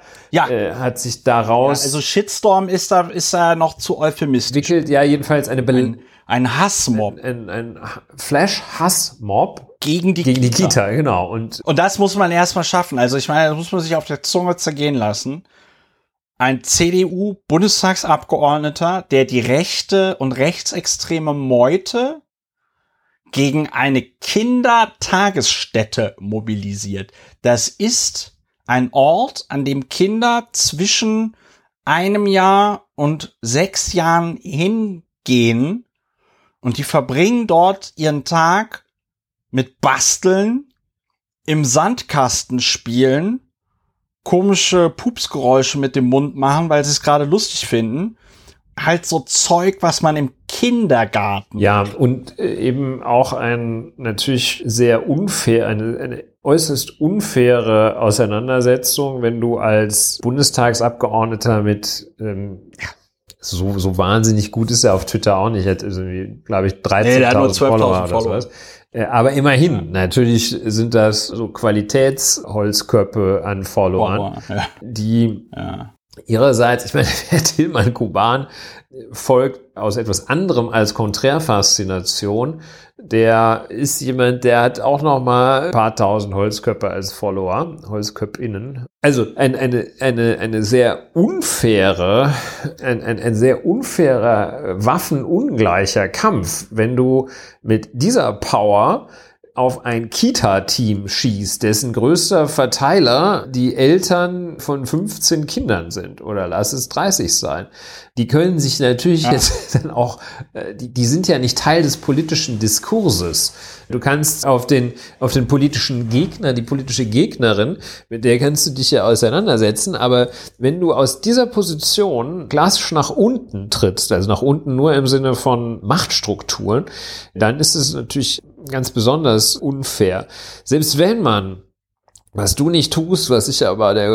daraus. Ja, also Shitstorm ist da noch zu euphemistisch. Entwickelt ja jedenfalls ein Hassmob. Ein Flash-Hassmob. Gegen die Kita, genau. Und das muss man erstmal schaffen. Also ich meine, das muss man sich auf der Zunge zergehen lassen. Ein CDU-Bundestagsabgeordneter, der die rechte und rechtsextreme Meute gegen eine Kindertagesstätte mobilisiert. Das ist ein Ort, an dem Kinder zwischen 1 Jahr und 6 Jahren hingehen und die verbringen dort ihren Tag mit Basteln, im Sandkasten spielen, komische Pupsgeräusche mit dem Mund machen, weil sie es gerade lustig finden. Halt so Zeug, was man im Kindergarten. Ja, und eben auch natürlich sehr unfair, eine äußerst unfaire Auseinandersetzung, wenn du als Bundestagsabgeordneter mit so wahnsinnig gut ist er auf Twitter auch nicht, hat also, glaube ich, 13.000 Follower oder sowas. Aber immerhin, natürlich sind das so Qualitätsholzköpfe an Followern, die ihrerseits, ich meine, der Tilman Kuban folgt aus etwas anderem als Konträrfaszination. Der ist jemand, der hat auch noch mal ein paar tausend Holzköpfe als Follower, HolzköpfInnen. Also eine sehr unfaire, ein sehr unfairer, waffenungleicher Kampf, wenn du mit dieser Power auf ein Kita-Team schießt, dessen größter Verteiler die Eltern von 15 Kindern sind oder lass es 30 sein. Die können sich natürlich jetzt dann auch, die sind ja nicht Teil des politischen Diskurses. Du kannst auf den politischen Gegner, die politische Gegnerin, mit der kannst du dich ja auseinandersetzen, aber wenn du aus dieser Position klassisch nach unten trittst, also nach unten nur im Sinne von Machtstrukturen, dann ist es natürlich ganz besonders unfair. Selbst wenn man, was du nicht tust, was ich aber der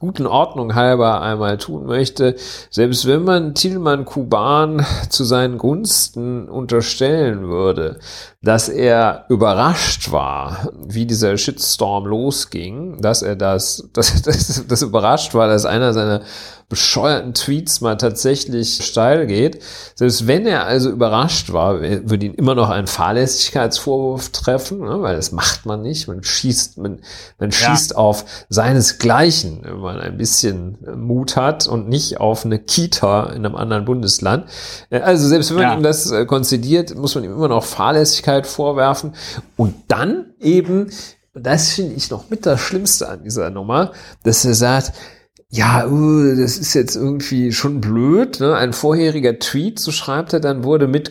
guten Ordnung halber einmal tun möchte, selbst wenn man Tilman Kuban zu seinen Gunsten unterstellen würde, dass er überrascht war, wie dieser Shitstorm losging, dass er das überrascht war, dass einer seiner bescheuerten Tweets mal tatsächlich steil geht. Selbst wenn er also überrascht war, würde ihn immer noch ein Fahrlässigkeitsvorwurf treffen, ne? Weil das macht man nicht. Man schießt auf seinesgleichen, wenn man ein bisschen Mut hat und nicht auf eine Kita in einem anderen Bundesland. Also selbst wenn man ihm das konzidiert, muss man ihm immer noch Fahrlässigkeit vorwerfen. Und dann eben, das finde ich noch mit das Schlimmste an dieser Nummer, dass er sagt, ja, das ist jetzt irgendwie schon blöd, ne? Ein vorheriger Tweet, so schreibt er dann, wurde mit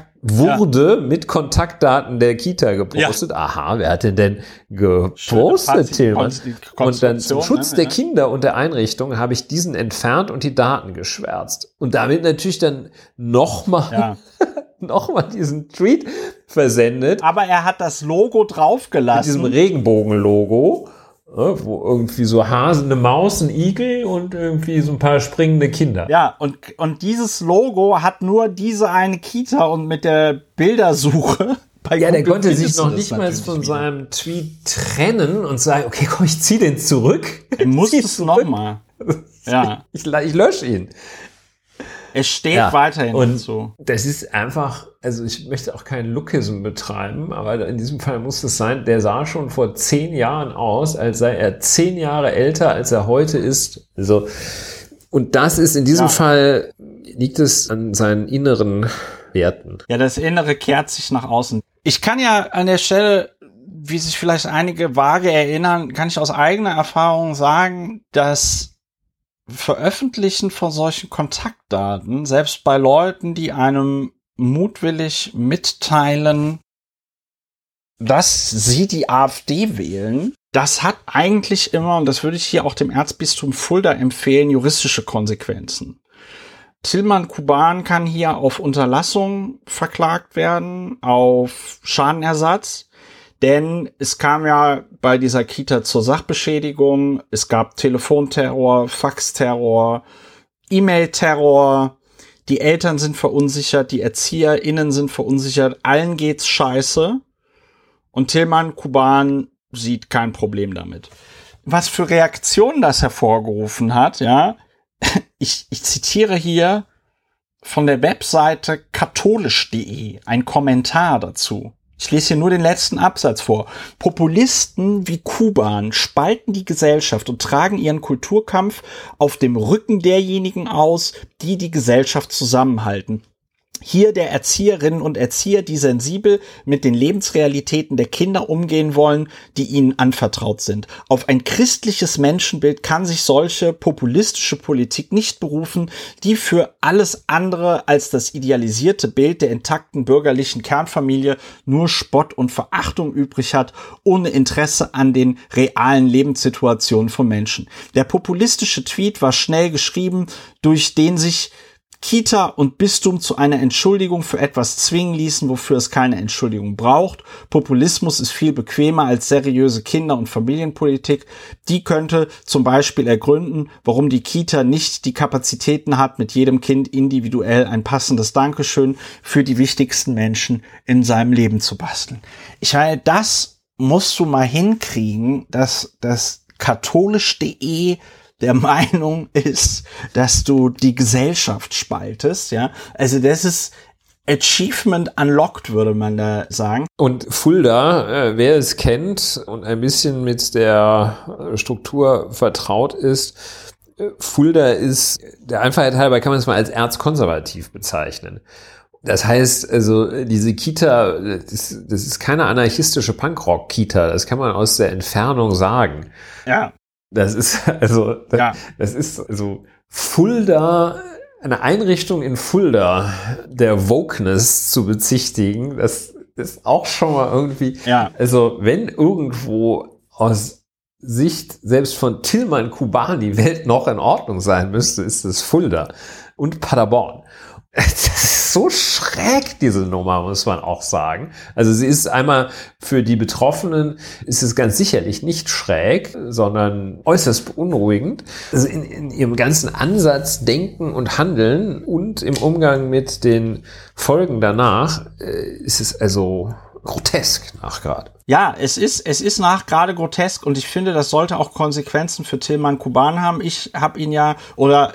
Kontaktdaten der Kita gepostet. Ja. Aha, wer hat denn gepostet, Tilman? Und dann zum Schutz der Kinder und der Einrichtung habe ich diesen entfernt und die Daten geschwärzt. Und damit natürlich dann nochmal diesen Tweet versendet. Aber er hat das Logo draufgelassen. Mit diesem Regenbogen-Logo. Wo irgendwie so eine Maus, ein Igel und irgendwie so ein paar springende Kinder. Ja, und dieses Logo hat nur diese eine Kita und mit der Bildersuche bei Google, der konnte sich noch nicht mal von seinem Tweet trennen und sagen, okay, komm, ich zieh den zurück. Er muss es nochmal. Ja. Ich lösche ihn. Es steht weiterhin und so. Das ist einfach, also ich möchte auch keinen Lookism betreiben, aber in diesem Fall muss es sein, der sah schon vor 10 Jahren aus, als sei er 10 Jahre älter, als er heute ist. Also, und das ist in diesem Fall, liegt es an seinen inneren Werten. Ja, das Innere kehrt sich nach außen. Ich kann ja an der Stelle, wie sich vielleicht einige vage erinnern, kann ich aus eigener Erfahrung sagen, dass Veröffentlichen von solchen Kontaktdaten, selbst bei Leuten, die einem mutwillig mitteilen, dass sie die AfD wählen, das hat eigentlich immer, und das würde ich hier auch dem Erzbistum Fulda empfehlen, juristische Konsequenzen. Tilman Kuban kann hier auf Unterlassung verklagt werden, auf Schadenersatz. Denn es kam ja bei dieser Kita zur Sachbeschädigung, es gab Telefonterror, Faxterror, E-Mail-Terror, die Eltern sind verunsichert, die ErzieherInnen sind verunsichert, allen geht's scheiße und Tilman Kuban sieht kein Problem damit. Was für Reaktionen das hervorgerufen hat, ja, ich zitiere hier von der Webseite katholisch.de ein Kommentar dazu. Ich lese hier nur den letzten Absatz vor. Populisten wie Kuban spalten die Gesellschaft und tragen ihren Kulturkampf auf dem Rücken derjenigen aus, die die Gesellschaft zusammenhalten. Hier der Erzieherinnen und Erzieher, die sensibel mit den Lebensrealitäten der Kinder umgehen wollen, die ihnen anvertraut sind. Auf ein christliches Menschenbild kann sich solche populistische Politik nicht berufen, die für alles andere als das idealisierte Bild der intakten bürgerlichen Kernfamilie nur Spott und Verachtung übrig hat, ohne Interesse an den realen Lebenssituationen von Menschen. Der populistische Tweet war schnell geschrieben, durch den sich Kita und Bistum zu einer Entschuldigung für etwas zwingen ließen, wofür es keine Entschuldigung braucht. Populismus ist viel bequemer als seriöse Kinder- und Familienpolitik. Die könnte zum Beispiel ergründen, warum die Kita nicht die Kapazitäten hat, mit jedem Kind individuell ein passendes Dankeschön für die wichtigsten Menschen in seinem Leben zu basteln. Ich meine, das musst du mal hinkriegen, dass das katholisch.de der Meinung ist, dass du die Gesellschaft spaltest, ja. Also das ist Achievement unlocked, würde man da sagen. Und Fulda, wer es kennt und ein bisschen mit der Struktur vertraut ist, Fulda ist, der Einfachheit halber kann man es mal als erzkonservativ bezeichnen. Das heißt, also diese Kita, das ist keine anarchistische Punkrock-Kita, das kann man aus der Entfernung sagen. Ja. Das ist also Fulda, eine Einrichtung in Fulda der Wokeness zu bezichtigen, das ist auch schon mal irgendwie, also wenn irgendwo aus Sicht selbst von Tilman Kuban die Welt noch in Ordnung sein müsste, ist es Fulda und Paderborn. Das ist ist so schräg, diese Nummer, muss man auch sagen. Also sie ist einmal für die Betroffenen, ist es ganz sicherlich nicht schräg, sondern äußerst beunruhigend. Also in ihrem ganzen Ansatz, Denken und Handeln und im Umgang mit den Folgen danach ist es also grotesk nachgerade. Ja, es ist nachgerade grotesk und ich finde, das sollte auch Konsequenzen für Tilman Kuban haben. Ich habe ihn ja, oder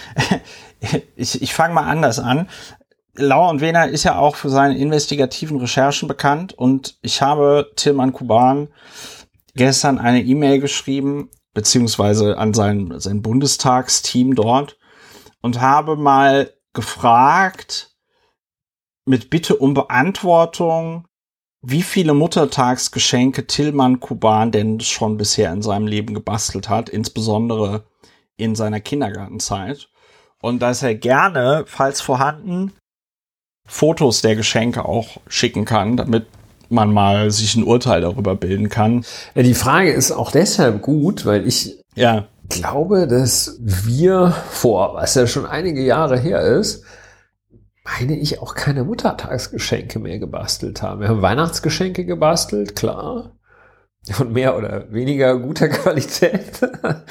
ich fange mal anders an. Lauer und Wehner ist ja auch für seine investigativen Recherchen bekannt und ich habe Tilman Kuban gestern eine E-Mail geschrieben, beziehungsweise an sein Bundestagsteam dort und habe mal gefragt, mit Bitte um Beantwortung, wie viele Muttertagsgeschenke Tilman Kuban denn schon bisher in seinem Leben gebastelt hat, insbesondere in seiner Kindergartenzeit. Und dass er gerne, falls vorhanden, Fotos der Geschenke auch schicken kann, damit man mal sich ein Urteil darüber bilden kann. Ja, die Frage ist auch deshalb gut, weil ich glaube, dass wir was ja schon einige Jahre her ist, meine ich, auch keine Muttertagsgeschenke mehr gebastelt haben. Wir haben Weihnachtsgeschenke gebastelt, klar. Von mehr oder weniger guter Qualität.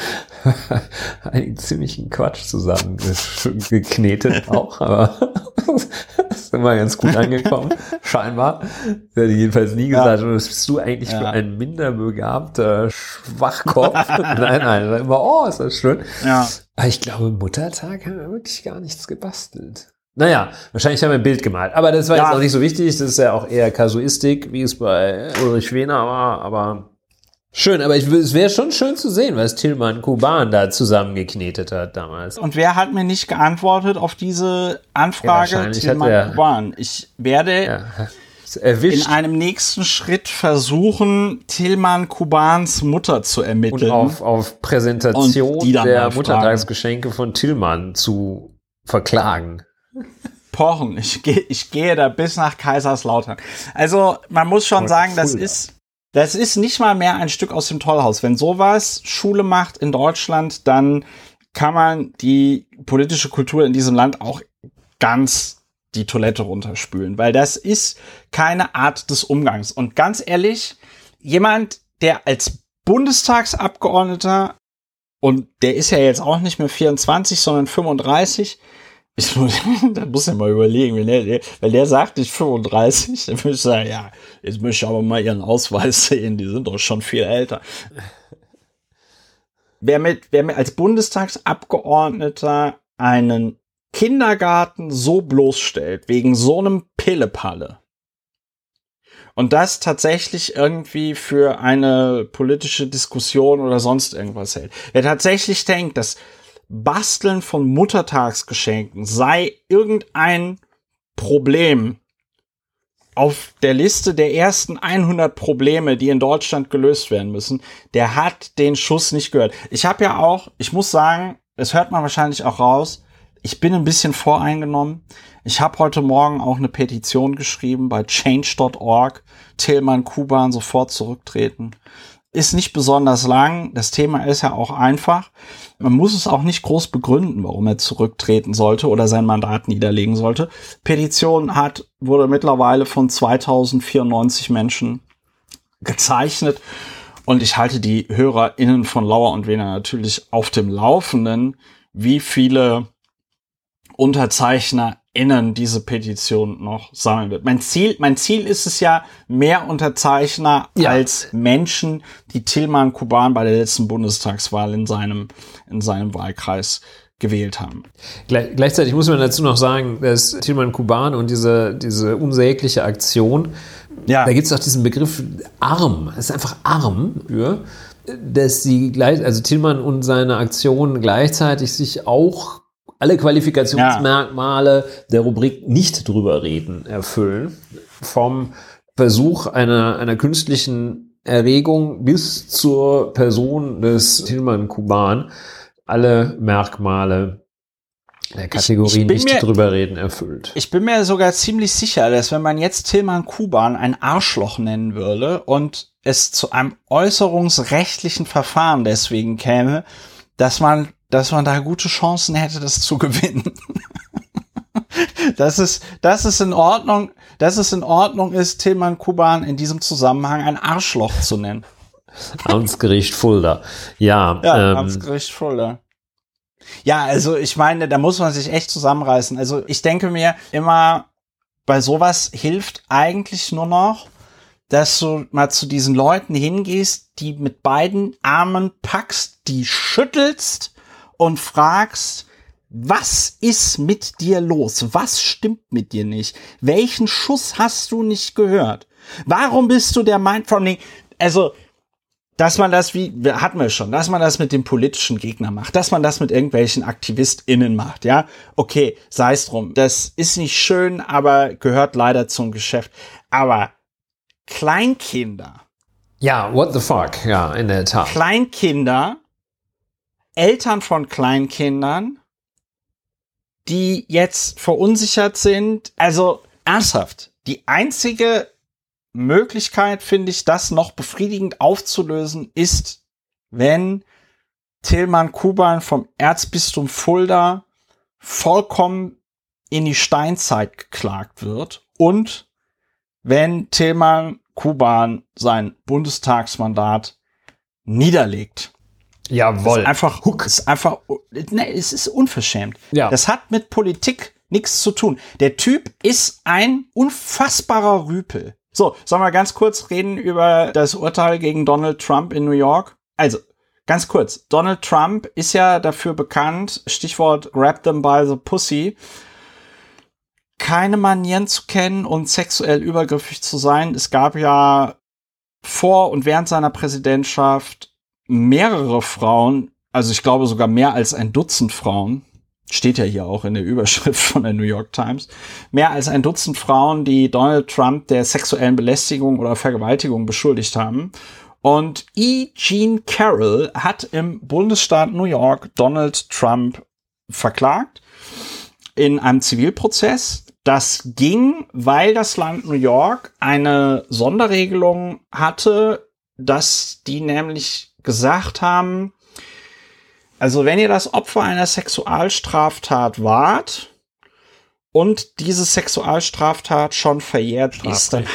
Einen ziemlichen Quatsch zusammengeknetet auch, aber ist immer ganz gut angekommen. Scheinbar. Ich hätte jedenfalls nie gesagt, was bist du eigentlich für ein minderbegabter Schwachkopf? Nein, immer, ist das schön. Ja. Aber ich glaube, Muttertag haben wir wirklich gar nichts gebastelt. Naja, wahrscheinlich haben wir ein Bild gemalt. Aber das war jetzt auch nicht so wichtig. Das ist ja auch eher Kasuistik, wie es bei Ulrich Wehner war. Aber schön. Aber es wäre schon schön zu sehen, was Tilman Kuban da zusammengeknetet hat damals. Und wer hat mir nicht geantwortet auf diese Anfrage? Tilman Kuban. Ich werde in einem nächsten Schritt versuchen, Tilman Kubans Mutter zu ermitteln. Und auf Präsentation der Muttertagsgeschenke von Tilman zu verklagen. Pochen. Ich gehe da bis nach Kaiserslautern. Also man muss schon sagen, das ist nicht mal mehr ein Stück aus dem Tollhaus. Wenn sowas Schule macht in Deutschland, dann kann man die politische Kultur in diesem Land auch ganz die Toilette runterspülen, weil das ist keine Art des Umgangs. Und ganz ehrlich, jemand, der als Bundestagsabgeordneter, und der ist ja jetzt auch nicht mehr 24, sondern 35, da muss ich mal überlegen, weil der sagt nicht 35, dann würde ich sagen, ja, jetzt möchte ich aber mal ihren Ausweis sehen, die sind doch schon viel älter. Wer mir als Bundestagsabgeordneter einen Kindergarten so bloßstellt, wegen so einem Pillepalle, und das tatsächlich irgendwie für eine politische Diskussion oder sonst irgendwas hält, wer tatsächlich denkt, dass Basteln von Muttertagsgeschenken sei irgendein Problem auf der Liste der ersten 100 Probleme, die in Deutschland gelöst werden müssen, der hat den Schuss nicht gehört. Ich muss sagen, das hört man wahrscheinlich auch raus, ich bin ein bisschen voreingenommen. Ich habe heute Morgen auch eine Petition geschrieben bei change.org, Tilman Kuban sofort zurücktreten. Ist nicht besonders lang, das Thema ist ja auch einfach. Man muss es auch nicht groß begründen, warum er zurücktreten sollte oder sein Mandat niederlegen sollte. Petition wurde mittlerweile von 2094 Menschen gezeichnet und ich halte die HörerInnen von Lauer und Wehner natürlich auf dem Laufenden, wie viele UnterzeichnerInnen diese Petition noch sammeln wird. Mein Ziel ist es ja, mehr Unterzeichner als Menschen, die Tilman Kuban bei der letzten Bundestagswahl in seinem Wahlkreis gewählt haben. Gleichzeitig muss man dazu noch sagen, dass Tilman Kuban und diese unsägliche Aktion, da gibt es auch diesen Begriff arm, es ist einfach arm, dass also Tilman und seine Aktion gleichzeitig sich auch alle Qualifikationsmerkmale der Rubrik nicht drüber reden erfüllen. Vom Versuch einer künstlichen Erregung bis zur Person des Tilman Kuban alle Merkmale der Kategorie nicht drüber reden erfüllt. Ich bin mir sogar ziemlich sicher, dass wenn man jetzt Tilman Kuban ein Arschloch nennen würde und es zu einem äußerungsrechtlichen Verfahren deswegen käme, dass man da gute Chancen hätte, das zu gewinnen. dass es in Ordnung ist, Tilman Kuban in diesem Zusammenhang ein Arschloch zu nennen. Amtsgericht Fulda. Ja, Amtsgericht Fulda. Ja, also ich meine, da muss man sich echt zusammenreißen. Also ich denke mir immer, bei sowas hilft eigentlich nur noch, dass du mal zu diesen Leuten hingehst, die mit beiden Armen packst, die schüttelst und fragst, was ist mit dir los? Was stimmt mit dir nicht? Welchen Schuss hast du nicht gehört? Warum bist du der Mind from the... Also, dass man das hatten wir schon, dass man das mit dem politischen Gegner macht, dass man das mit irgendwelchen AktivistInnen macht, ja? Okay, sei es drum. Das ist nicht schön, aber gehört leider zum Geschäft. Aber Kleinkinder. Ja, what the fuck? Ja, in der Tat. Kleinkinder, Eltern von Kleinkindern, die jetzt verunsichert sind. Also ernsthaft, die einzige Möglichkeit, finde ich, das noch befriedigend aufzulösen, ist, wenn Tilman Kuban vom Erzbistum Fulda vollkommen in die Steinzeit geklagt wird und wenn Tilman Kuban sein Bundestagsmandat niederlegt. Jawohl. Es ist unverschämt. Ja. Das hat mit Politik nichts zu tun. Der Typ ist ein unfassbarer Rüpel. So, sollen wir ganz kurz reden über das Urteil gegen Donald Trump in New York? Also, ganz kurz. Donald Trump ist ja dafür bekannt, Stichwort Grab them by the pussy, keine Manieren zu kennen und sexuell übergriffig zu sein. Es gab ja vor und während seiner Präsidentschaft mehrere Frauen, also ich glaube sogar mehr als ein Dutzend Frauen, steht ja hier auch in der Überschrift von der New York Times, mehr als ein Dutzend Frauen, die Donald Trump der sexuellen Belästigung oder Vergewaltigung beschuldigt haben. Und E. Jean Carroll hat im Bundesstaat New York Donald Trump verklagt in einem Zivilprozess. Das ging, weil das Land New York eine Sonderregelung hatte, dass die nämlich gesagt haben, also wenn ihr das Opfer einer Sexualstraftat wart und diese Sexualstraftat schon verjährt ist, dann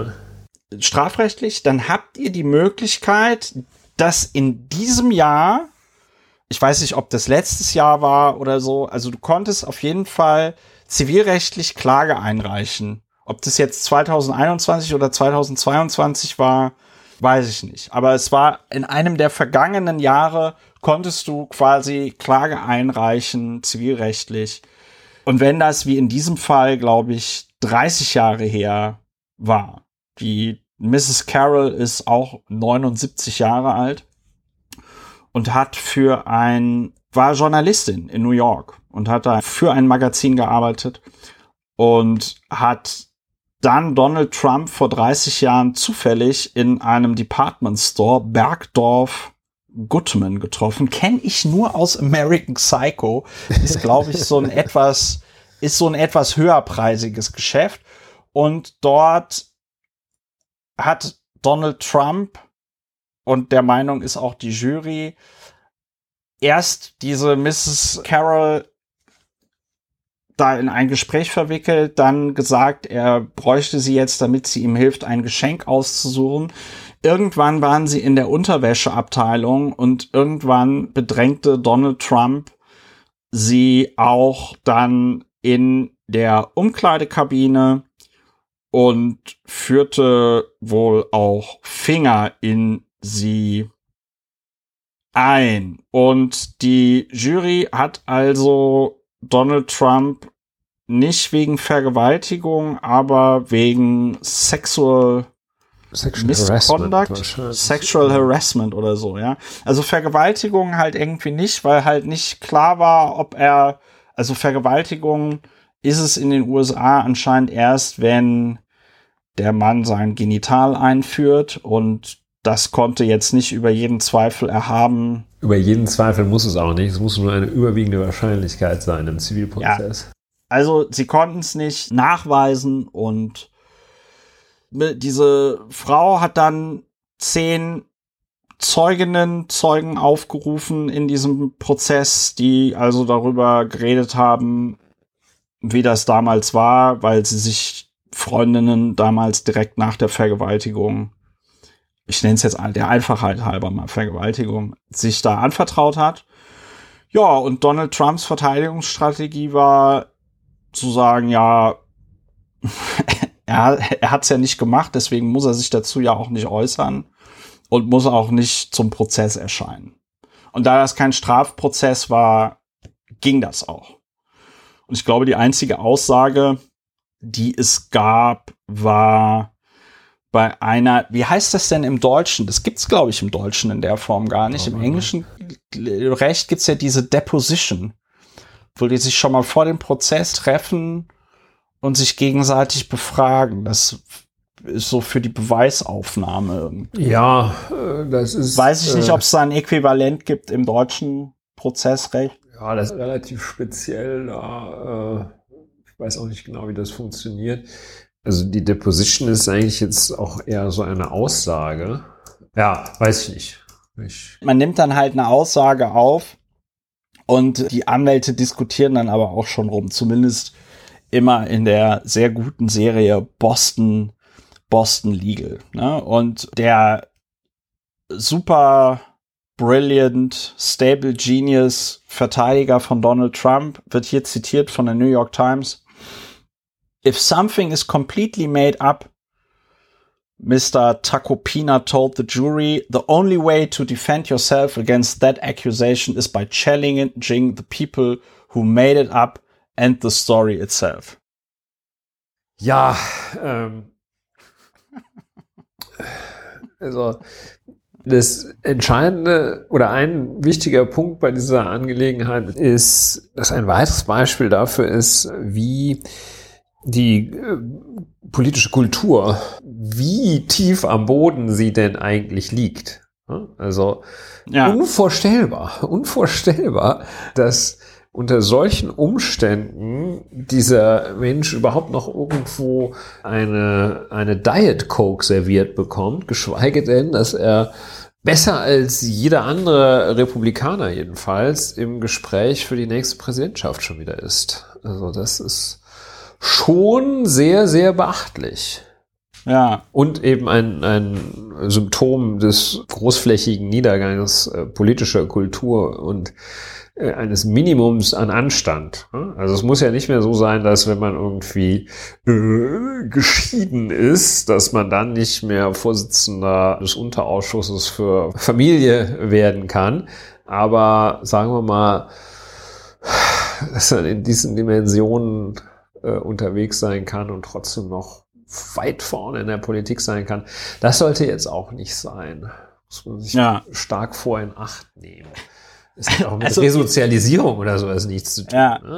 habt ihr die Möglichkeit, dass in diesem Jahr, ich weiß nicht, ob das letztes Jahr war oder so, also du konntest auf jeden Fall zivilrechtlich Klage einreichen. Ob das jetzt 2021 oder 2022 war, weiß ich nicht. Aber es war in einem der vergangenen Jahre, konntest du quasi Klage einreichen, zivilrechtlich. Und wenn das wie in diesem Fall, glaube ich, 30 Jahre her war. Die Mrs. Carroll ist auch 79 Jahre alt und war Journalistin in New York und hat da für ein Magazin gearbeitet und hat dann Donald Trump vor 30 Jahren zufällig in einem Department Store Bergdorf Goodman getroffen. Kenne ich nur aus American Psycho. Ist, glaube ich, so ein etwas höherpreisiges Geschäft. Und dort hat Donald Trump, und der Meinung ist auch die Jury, erst diese Mrs. Carroll da in ein Gespräch verwickelt, dann gesagt, er bräuchte sie jetzt, damit sie ihm hilft, ein Geschenk auszusuchen. Irgendwann waren sie in der Unterwäscheabteilung und irgendwann bedrängte Donald Trump sie auch dann in der Umkleidekabine und führte wohl auch Finger in sie ein. Und die Jury hat also Donald Trump nicht wegen Vergewaltigung, aber wegen Sexual Harassment oder so, ja. Also Vergewaltigung halt irgendwie nicht, weil halt nicht klar war, also Vergewaltigung ist es in den USA anscheinend erst, wenn der Mann sein Genital einführt, und das konnte jetzt nicht über jeden Zweifel erhaben. Über jeden Zweifel muss es auch nicht. Es muss nur eine überwiegende Wahrscheinlichkeit sein im Zivilprozess. Ja. Also sie konnten es nicht nachweisen, und diese Frau hat dann 10 Zeugen aufgerufen in diesem Prozess, die also darüber geredet haben, wie das damals war, weil sie sich Freundinnen damals direkt nach der Vergewaltigung, ich nenne es jetzt der Einfachheit halber mal Vergewaltigung, sich da anvertraut hat. Ja, und Donald Trumps Verteidigungsstrategie war zu sagen, ja, er hat es ja nicht gemacht, deswegen muss er sich dazu ja auch nicht äußern und muss auch nicht zum Prozess erscheinen. Und da das kein Strafprozess war, ging das auch. Und ich glaube, die einzige Aussage, die es gab, war bei einer, wie heißt das denn im Deutschen? Das gibt's, glaube ich, im Deutschen in der Form gar nicht. Im englischen Recht gibt's ja diese Deposition, wo die sich schon mal vor dem Prozess treffen und sich gegenseitig befragen. Das ist so für die Beweisaufnahme irgendwie. Ja, das ist... Weiß ich nicht, ob es da ein Äquivalent gibt im deutschen Prozessrecht. Ja, das ist relativ speziell. Ich weiß auch nicht genau, wie das funktioniert. Also die Deposition ist eigentlich jetzt auch eher so eine Aussage. Ja, weiß ich nicht. Man nimmt dann halt eine Aussage auf und die Anwälte diskutieren dann aber auch schon rum. Zumindest immer in der sehr guten Serie Boston Legal. Ne? Und der super brilliant, stable genius Verteidiger von Donald Trump wird hier zitiert von der New York Times. If something is completely made up, Mr. Tacopina told the jury, the only way to defend yourself against that accusation is by challenging the people who made it up and the story itself. Ja, also das Entscheidende oder ein wichtiger Punkt bei dieser Angelegenheit ist, dass ein weiteres Beispiel dafür ist, wie die politische Kultur, wie tief am Boden sie denn eigentlich liegt. Also unvorstellbar, dass unter solchen Umständen dieser Mensch überhaupt noch irgendwo eine Diet Coke serviert bekommt, geschweige denn, dass er besser als jeder andere Republikaner jedenfalls im Gespräch für die nächste Präsidentschaft schon wieder ist. Also das ist schon sehr, sehr beachtlich. Ja. Und eben ein Symptom des großflächigen Niedergangs politischer Kultur und eines Minimums an Anstand. Also es muss ja nicht mehr so sein, dass wenn man irgendwie geschieden ist, dass man dann nicht mehr Vorsitzender des Unterausschusses für Familie werden kann. Aber sagen wir mal, dass man in diesen Dimensionen unterwegs sein kann und trotzdem noch weit vorne in der Politik sein kann. Das sollte jetzt auch nicht sein. Muss man sich stark vor in Acht nehmen. Es hat auch mit Resozialisierung oder sowas nichts zu tun.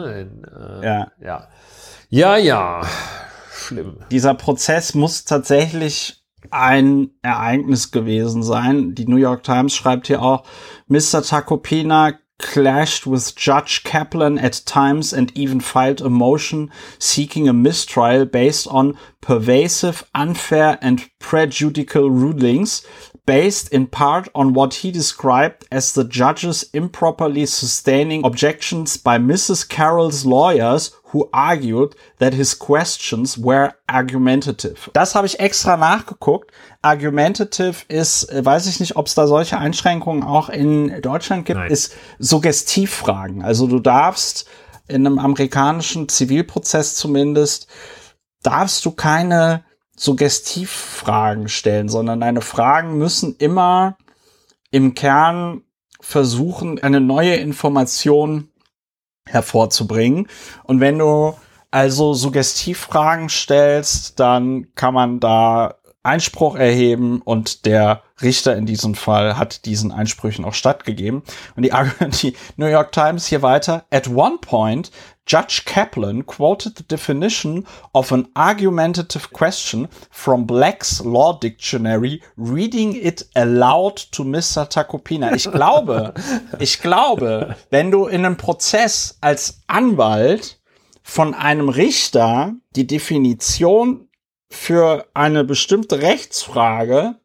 Ja. Schlimm. Dieser Prozess muss tatsächlich ein Ereignis gewesen sein. Die New York Times schreibt hier auch, Mr. Tacopina clashed with Judge Kaplan at times and even filed a motion seeking a mistrial based on pervasive, unfair and prejudicial rulings based in part on what he described as the judge's improperly sustaining objections by Mrs. Carroll's lawyers who argued that his questions were argumentative. Das habe ich extra nachgeguckt. Argumentative ist, weiß ich nicht, ob es da solche Einschränkungen auch in Deutschland gibt, ist Suggestivfragen. Also du darfst in einem amerikanischen Zivilprozess zumindest, darfst du keine Suggestivfragen stellen, sondern deine Fragen müssen immer im Kern versuchen, eine neue Information hervorzubringen. Und wenn du also Suggestivfragen stellst, dann kann man da Einspruch erheben und der Richter in diesem Fall hat diesen Einsprüchen auch stattgegeben. Und die New York Times hier weiter. At one point, Judge Kaplan quoted the definition of an argumentative question from Black's Law Dictionary, reading it aloud to Mr. Tacopina. Ich glaube, wenn du in einem Prozess als Anwalt von einem Richter die Definition für eine bestimmte Rechtsfrage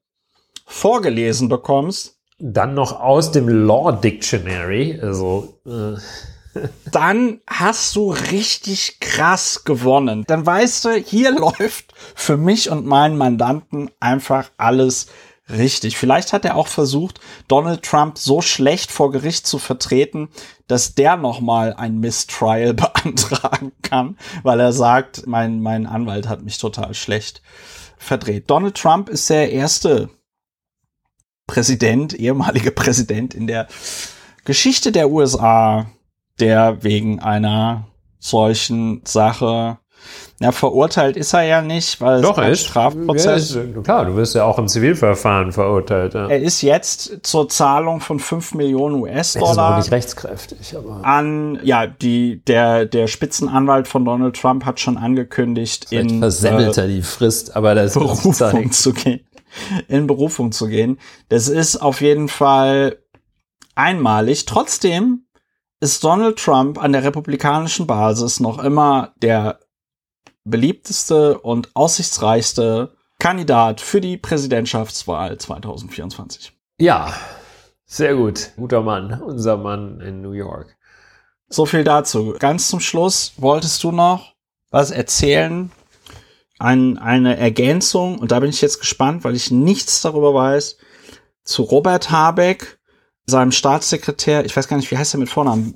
vorgelesen bekommst, dann noch aus dem Law Dictionary, also dann hast du richtig krass gewonnen. Dann weißt du, hier läuft für mich und meinen Mandanten einfach alles richtig. Vielleicht hat er auch versucht, Donald Trump so schlecht vor Gericht zu vertreten, dass der nochmal ein Mistrial beantragen kann, weil er sagt, mein Anwalt hat mich total schlecht verdreht. Donald Trump ist der erste ehemalige Präsident in der Geschichte der USA, der wegen einer solchen Sache, verurteilt ist er ja nicht, weil doch, es ein Strafprozess. Ja, klar, du wirst ja auch im Zivilverfahren verurteilt. Ja. Er ist jetzt zur Zahlung von 5 Millionen US-Dollar. Das ist noch nicht rechtskräftig, aber der Spitzenanwalt von Donald Trump hat schon angekündigt, versemmelt er die Frist, aber das Berufung zu gehen. In Berufung zu gehen. Das ist auf jeden Fall einmalig. Trotzdem ist Donald Trump an der republikanischen Basis noch immer der beliebteste und aussichtsreichste Kandidat für die Präsidentschaftswahl 2024. Ja, sehr gut. Guter Mann, unser Mann in New York. So viel dazu. Ganz zum Schluss wolltest du noch was erzählen? Eine Ergänzung, und da bin ich jetzt gespannt, weil ich nichts darüber weiß, zu Robert Habeck, seinem Staatssekretär, ich weiß gar nicht, wie heißt er mit Vornamen?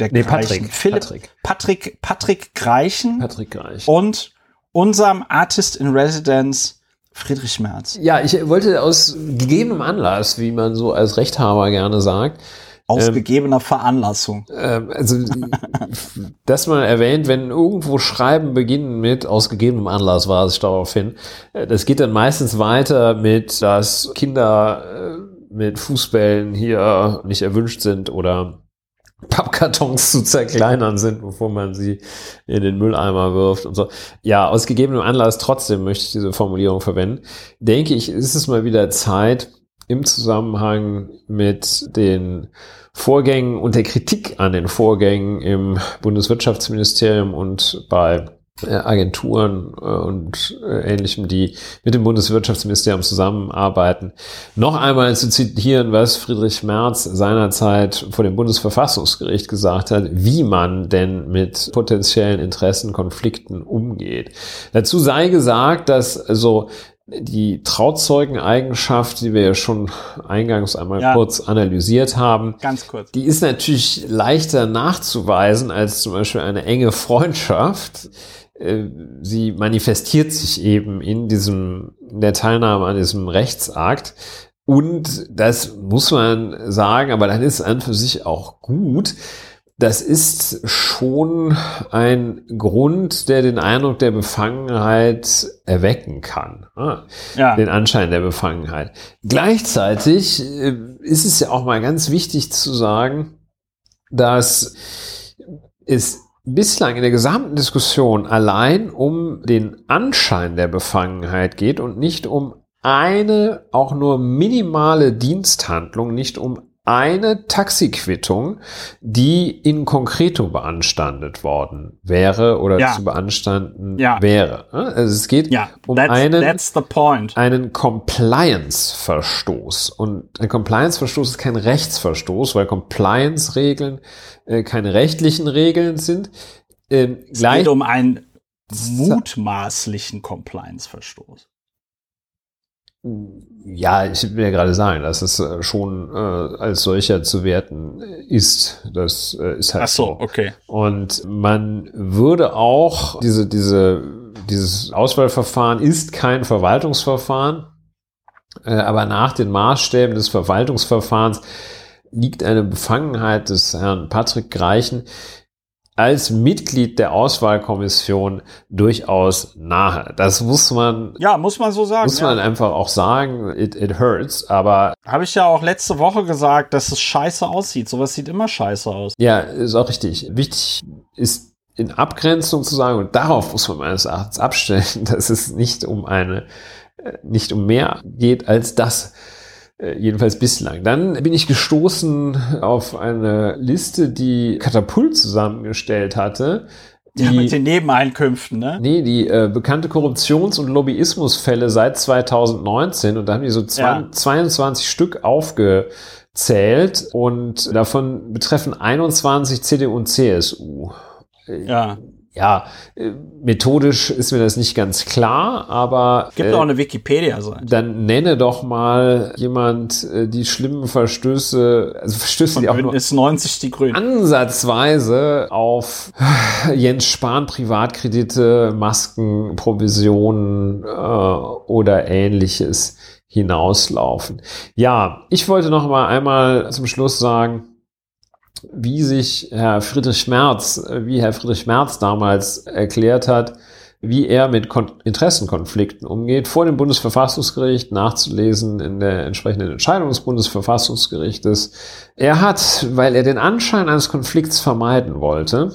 Patrick Greichen. Und unserem Artist in Residence Friedrich Merz. Ja, ich wollte aus gegebenem Anlass, wie man so als Rechthaber gerne sagt, aus gegebener Veranlassung. Also, das mal erwähnt, wenn irgendwo Schreiben beginnen mit aus gegebenem Anlass, weise ich darauf hin. Das geht dann meistens weiter mit, dass Kinder mit Fußbällen hier nicht erwünscht sind oder Pappkartons zu zerkleinern sind, bevor man sie in den Mülleimer wirft und so. Ja, aus gegebenem Anlass trotzdem möchte ich diese Formulierung verwenden. Denke ich, ist es mal wieder Zeit, im Zusammenhang mit den Vorgängen und der Kritik an den Vorgängen im Bundeswirtschaftsministerium und bei Agenturen und Ähnlichem, die mit dem Bundeswirtschaftsministerium zusammenarbeiten, noch einmal zu zitieren, was Friedrich Merz seinerzeit vor dem Bundesverfassungsgericht gesagt hat, wie man denn mit potenziellen Interessenkonflikten umgeht. Dazu sei gesagt, dass also die Trauzeugeneigenschaft, die wir ja schon eingangs einmal kurz analysiert haben, ganz kurz, die ist natürlich leichter nachzuweisen als zum Beispiel eine enge Freundschaft. Sie manifestiert sich eben in der Teilnahme an diesem Rechtsakt. Und das muss man sagen, aber dann ist es an für sich auch gut. Das ist schon ein Grund, der den Eindruck der Befangenheit erwecken kann. Den Anschein der Befangenheit. Gleichzeitig ist es ja auch mal ganz wichtig zu sagen, dass es bislang in der gesamten Diskussion allein um den Anschein der Befangenheit geht und nicht um eine auch nur minimale Diensthandlung, nicht um eine Taxiquittung, die in concreto beanstandet worden wäre oder zu beanstanden wäre. Also es geht um einen Compliance-Verstoß. Und ein Compliance-Verstoß ist kein Rechtsverstoß, weil Compliance-Regeln keine rechtlichen Regeln sind. Es geht um einen mutmaßlichen Compliance-Verstoß. Ja, ich will ja gerade sagen, dass es schon als solcher zu werten ist. Das ist halt so. Okay. Und man würde auch dieses Auswahlverfahren ist kein Verwaltungsverfahren, aber nach den Maßstäben des Verwaltungsverfahrens liegt eine Befangenheit des Herrn Patrick Greichen als Mitglied der Auswahlkommission durchaus nahe. Das muss man so sagen. Muss man einfach auch sagen, it hurts, aber... Habe ich ja auch letzte Woche gesagt, dass es scheiße aussieht. Sowas sieht immer scheiße aus. Ja, ist auch richtig. Wichtig ist in Abgrenzung zu sagen, und darauf muss man meines Erachtens abstellen, dass es nicht um mehr geht als das. Jedenfalls bislang. Dann bin ich gestoßen auf eine Liste, die Katapult zusammengestellt hatte. Mit den Nebeneinkünften, ne? Nee, die bekannte Korruptions- und Lobbyismusfälle seit 2019. Und da haben die so 22 Stück aufgezählt. zählt und davon betreffen 21 CDU und CSU. Ja, methodisch ist mir das nicht ganz klar, aber... Gibt auch eine Wikipedia-Seite. Dann nenne doch mal jemand die schlimmen Verstöße, also Verstöße, die auch nur ist 90 die Grünen. Ansatzweise auf Jens Spahn Privatkredite, Masken, Provisionen oder Ähnliches hinauslaufen. Ja, ich wollte noch mal einmal zum Schluss sagen, wie Herr Friedrich Merz damals erklärt hat, wie er mit Interessenkonflikten umgeht, vor dem Bundesverfassungsgericht nachzulesen in der entsprechenden Entscheidung des Bundesverfassungsgerichtes. Er hat, weil er den Anschein eines Konflikts vermeiden wollte,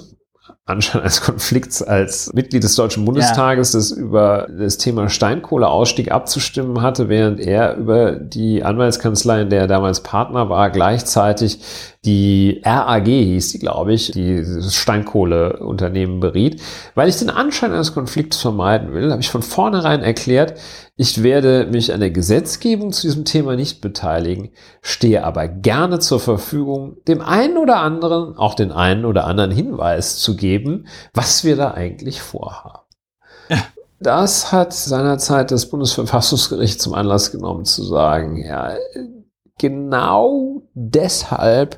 als Mitglied des Deutschen Bundestages, das über das Thema Steinkohleausstieg abzustimmen hatte, während er über die Anwaltskanzlei, in der er damals Partner war, gleichzeitig die RAG hieß die, glaube ich, die das Steinkohleunternehmen beriet. Weil ich den Anschein eines Konflikts vermeiden will, habe ich von vornherein erklärt, ich werde mich an der Gesetzgebung zu diesem Thema nicht beteiligen, stehe aber gerne zur Verfügung, dem einen oder anderen, auch den einen oder anderen Hinweis zu geben, was wir da eigentlich vorhaben. Ja. Das hat seinerzeit das Bundesverfassungsgericht zum Anlass genommen zu sagen, ja, genau deshalb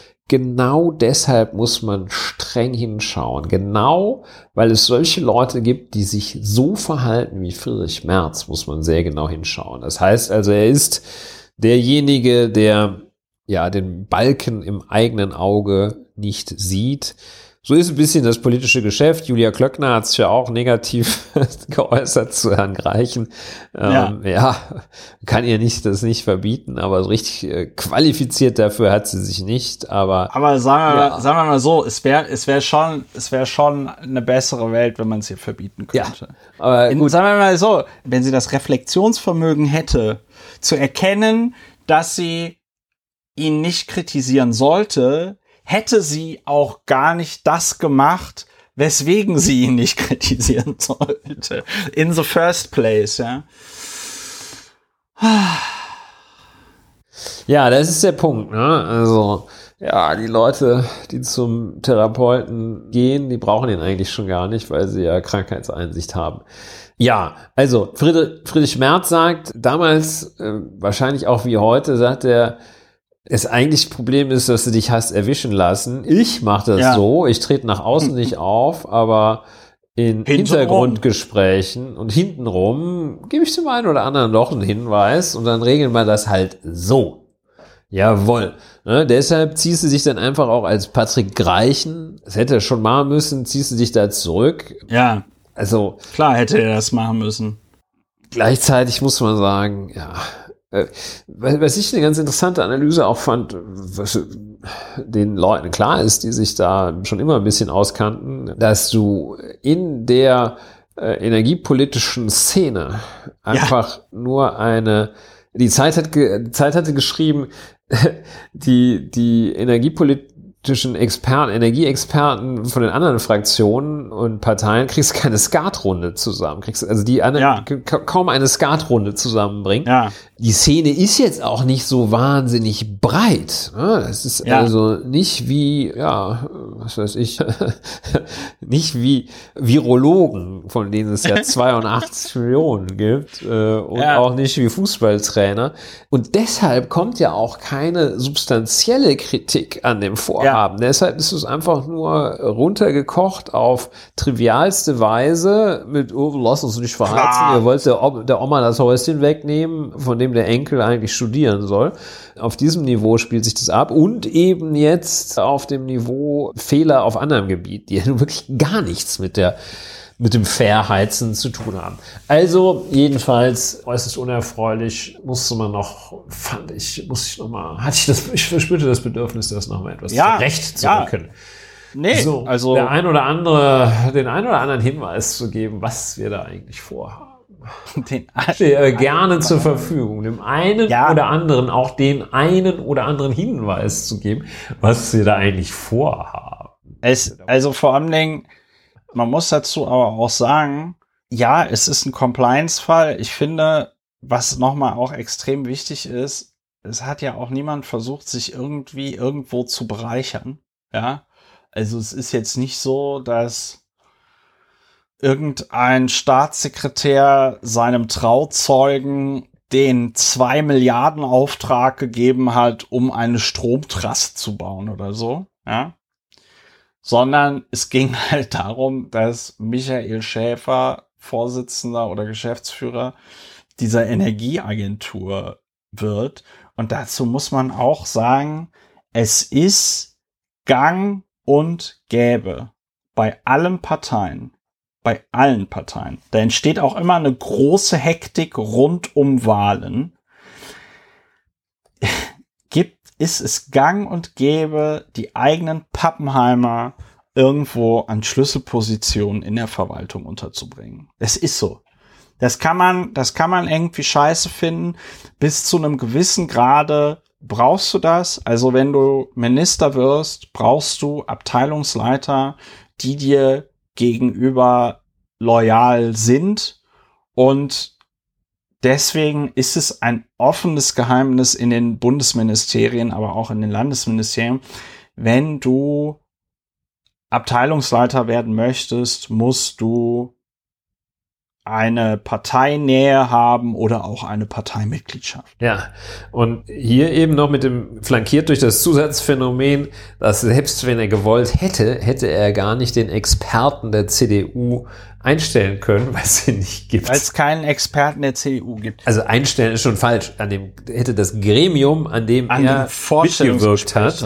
muss man streng hinschauen. Genau, weil es solche Leute gibt, die sich so verhalten wie Friedrich Merz, muss man sehr genau hinschauen. Das heißt also, er ist derjenige, der ja den Balken im eigenen Auge nicht sieht. So ist ein bisschen das politische Geschäft. Julia Klöckner hat sich ja auch negativ geäußert zu Herrn Greichen. Ja, kann ihr das nicht verbieten, aber so richtig qualifiziert dafür hat sie sich nicht. Aber sagen wir mal so, es wäre schon eine bessere Welt, wenn man es ihr verbieten könnte. Ja, aber sagen wir mal so, wenn sie das Reflexionsvermögen hätte, zu erkennen, dass sie ihn nicht kritisieren sollte, hätte sie auch gar nicht das gemacht, weswegen sie ihn nicht kritisieren sollte. In the first place, ja. Ja, das ist der Punkt, ne? Also, ja, die Leute, die zum Therapeuten gehen, die brauchen ihn eigentlich schon gar nicht, weil sie ja Krankheitseinsicht haben. Ja, also Friedrich Merz sagt damals, wahrscheinlich auch wie heute, sagt er, das eigentliche Problem ist, dass du dich hast erwischen lassen. Ich mache das so, ich trete nach außen nicht auf, aber in Hintergrundgesprächen und hintenrum gebe ich dem einen oder anderen noch einen Hinweis und dann regeln wir das halt so. Jawohl. Ne, deshalb ziehst du dich dann einfach auch als Patrick Greichen, das hätte er schon machen müssen, ziehst du dich da zurück. Ja. Also. Klar hätte er das machen müssen. Gleichzeitig muss man sagen, ja. Was ich eine ganz interessante Analyse auch fand, was den Leuten klar ist, die sich da schon immer ein bisschen auskannten, dass du in der energiepolitischen Szene einfach nur die Zeit hatte geschrieben, die energiepolitischen Energieexperten von den anderen Fraktionen und Parteien kriegst keine Skatrunde zusammen. Kaum eine Skatrunde zusammenbringen. Ja. Die Szene ist jetzt auch nicht so wahnsinnig breit. Es ist also nicht wie, was weiß ich, nicht wie Virologen, von denen es ja 82 Millionen gibt, und auch nicht wie Fußballtrainer. Und deshalb kommt ja auch keine substanzielle Kritik an dem Vorhaben. Deshalb ist es einfach nur runtergekocht auf trivialste Weise mit, lass uns nicht verheizen, ihr wollt der Oma das Häuschen wegnehmen, von dem der Enkel eigentlich studieren soll. Auf diesem Niveau spielt sich das ab und eben jetzt auf dem Niveau Fehler auf anderem Gebiet, die ja nun wirklich gar nichts mit dem Verheizen zu tun haben. Also jedenfalls äußerst unerfreulich ich verspürte das Bedürfnis, das nochmal etwas zurecht zu rücken. Nee, so, also den einen oder anderen Hinweis zu geben, was wir da eigentlich vorhaben. Stehe gerne zur Verfügung, dem einen oder anderen auch den einen oder anderen Hinweis zu geben, was wir da eigentlich vorhaben. Also vor allem Dingen, man muss dazu aber auch sagen, es ist ein Compliance-Fall. Ich finde, was nochmal auch extrem wichtig ist, es hat ja auch niemand versucht, sich irgendwie irgendwo zu bereichern. Ja, also es ist jetzt nicht so, dass irgendein Staatssekretär seinem Trauzeugen den 2 Milliarden Auftrag gegeben hat, um eine Stromtrasse zu bauen oder so, ja. Sondern es ging halt darum, dass Michael Schäfer, Vorsitzender oder Geschäftsführer dieser Energieagentur wird. Und dazu muss man auch sagen, es ist gang und gäbe bei allen Parteien. Da entsteht auch immer eine große Hektik rund um Wahlen. Ist es gang und gäbe, die eigenen Pappenheimer irgendwo an Schlüsselpositionen in der Verwaltung unterzubringen. Es ist so. Das kann man irgendwie scheiße finden. Bis zu einem gewissen Grade brauchst du das. Also wenn du Minister wirst, brauchst du Abteilungsleiter, die dir gegenüber loyal sind. Und deswegen ist es ein offenes Geheimnis in den Bundesministerien, aber auch in den Landesministerien. Wenn du Abteilungsleiter werden möchtest, musst du eine Parteinähe haben oder auch eine Parteimitgliedschaft. Ja, und hier eben noch flankiert durch das Zusatzphänomen, dass selbst wenn er gewollt hätte, hätte er gar nicht den Experten der CDU einstellen können, weil es ihn nicht gibt. Weil es keinen Experten der CDU gibt. Also einstellen ist schon falsch. Hätte das Gremium, an dem er mitgewirkt hat,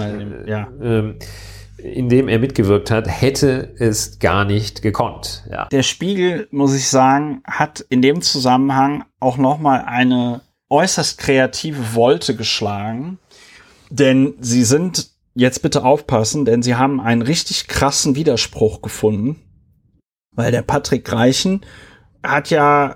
in dem er mitgewirkt hat, hätte es gar nicht gekonnt. Ja. Der Spiegel, muss ich sagen, hat in dem Zusammenhang auch nochmal eine äußerst kreative Wolte geschlagen. Denn sie sind, jetzt bitte aufpassen, denn sie haben einen richtig krassen Widerspruch gefunden. Weil der Patrick Reichen hat ja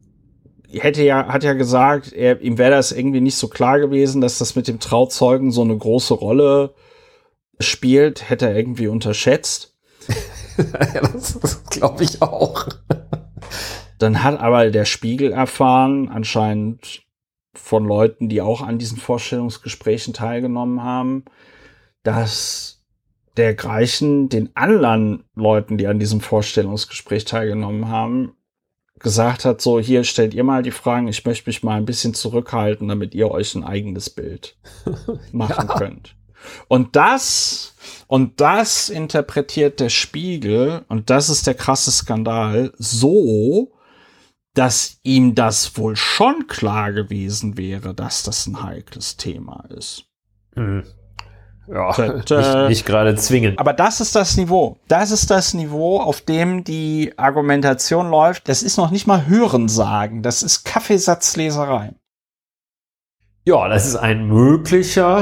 gesagt, ihm wäre das irgendwie nicht so klar gewesen, dass das mit dem Trauzeugen so eine große Rolle spielt, hätte er irgendwie unterschätzt. Ja, das glaube ich auch. Dann hat aber der Spiegel erfahren, anscheinend von Leuten, die auch an diesen Vorstellungsgesprächen teilgenommen haben, dass der Greichen den anderen Leuten, die an diesem Vorstellungsgespräch teilgenommen haben, gesagt hat, so, hier stellt ihr mal die Fragen, ich möchte mich mal ein bisschen zurückhalten, damit ihr euch ein eigenes Bild machen könnt. Und das interpretiert der Spiegel, und das ist der krasse Skandal, so, dass ihm das wohl schon klar gewesen wäre, dass das ein heikles Thema ist. Mhm. Ja, nicht gerade zwingend. Aber das ist das Niveau. Das ist das Niveau, auf dem die Argumentation läuft. Das ist noch nicht mal Hörensagen. Das ist Kaffeesatzleserei. Ja, das ist eine mögliche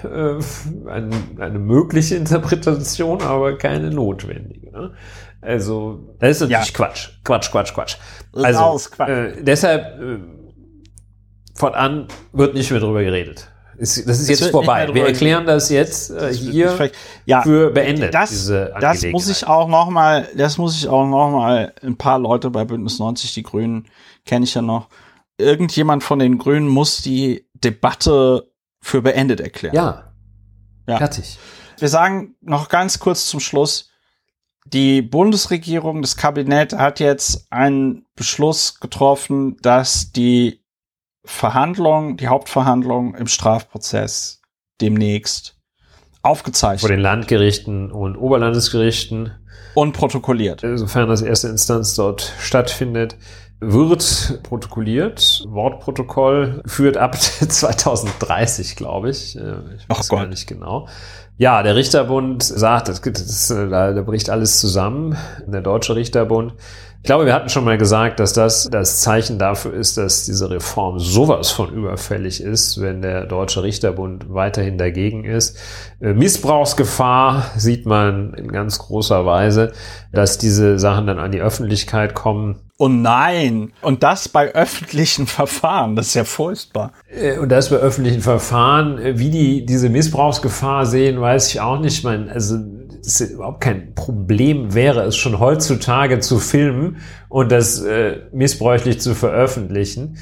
Interpretation, aber keine notwendige. Ne? Also, das ist natürlich Quatsch. Also, deshalb, fortan wird nicht mehr drüber geredet. Das ist jetzt vorbei. Wir erklären das jetzt hier für beendet, diese Angelegenheit. Das muss ich auch noch mal ein paar Leute bei Bündnis 90, die Grünen, kenne ich ja noch. Irgendjemand von den Grünen muss die Debatte für beendet erklären. Ja. Fertig. Wir sagen noch ganz kurz zum Schluss, die Bundesregierung, das Kabinett hat jetzt einen Beschluss getroffen, dass die Hauptverhandlung im Strafprozess demnächst aufgezeichnet. Vor den Landgerichten und Oberlandesgerichten. Und protokolliert. Sofern das erste Instanz dort stattfindet, wird protokolliert. Wortprotokoll führt ab 2030, glaube ich. Ich weiß gar nicht genau. Ja, der Richterbund sagt, da bricht alles zusammen. Der Deutsche Richterbund. Ich glaube, wir hatten schon mal gesagt, dass das Zeichen dafür ist, dass diese Reform sowas von überfällig ist, wenn der Deutsche Richterbund weiterhin dagegen ist. Missbrauchsgefahr sieht man in ganz großer Weise, dass diese Sachen dann an die Öffentlichkeit kommen. Oh nein! Und das bei öffentlichen Verfahren, das ist ja furchtbar. Und das bei öffentlichen Verfahren, wie diese Missbrauchsgefahr sehen, weiß ich auch nicht. Ich meine, also es ist überhaupt kein Problem wäre es schon heutzutage zu filmen und das missbräuchlich zu veröffentlichen.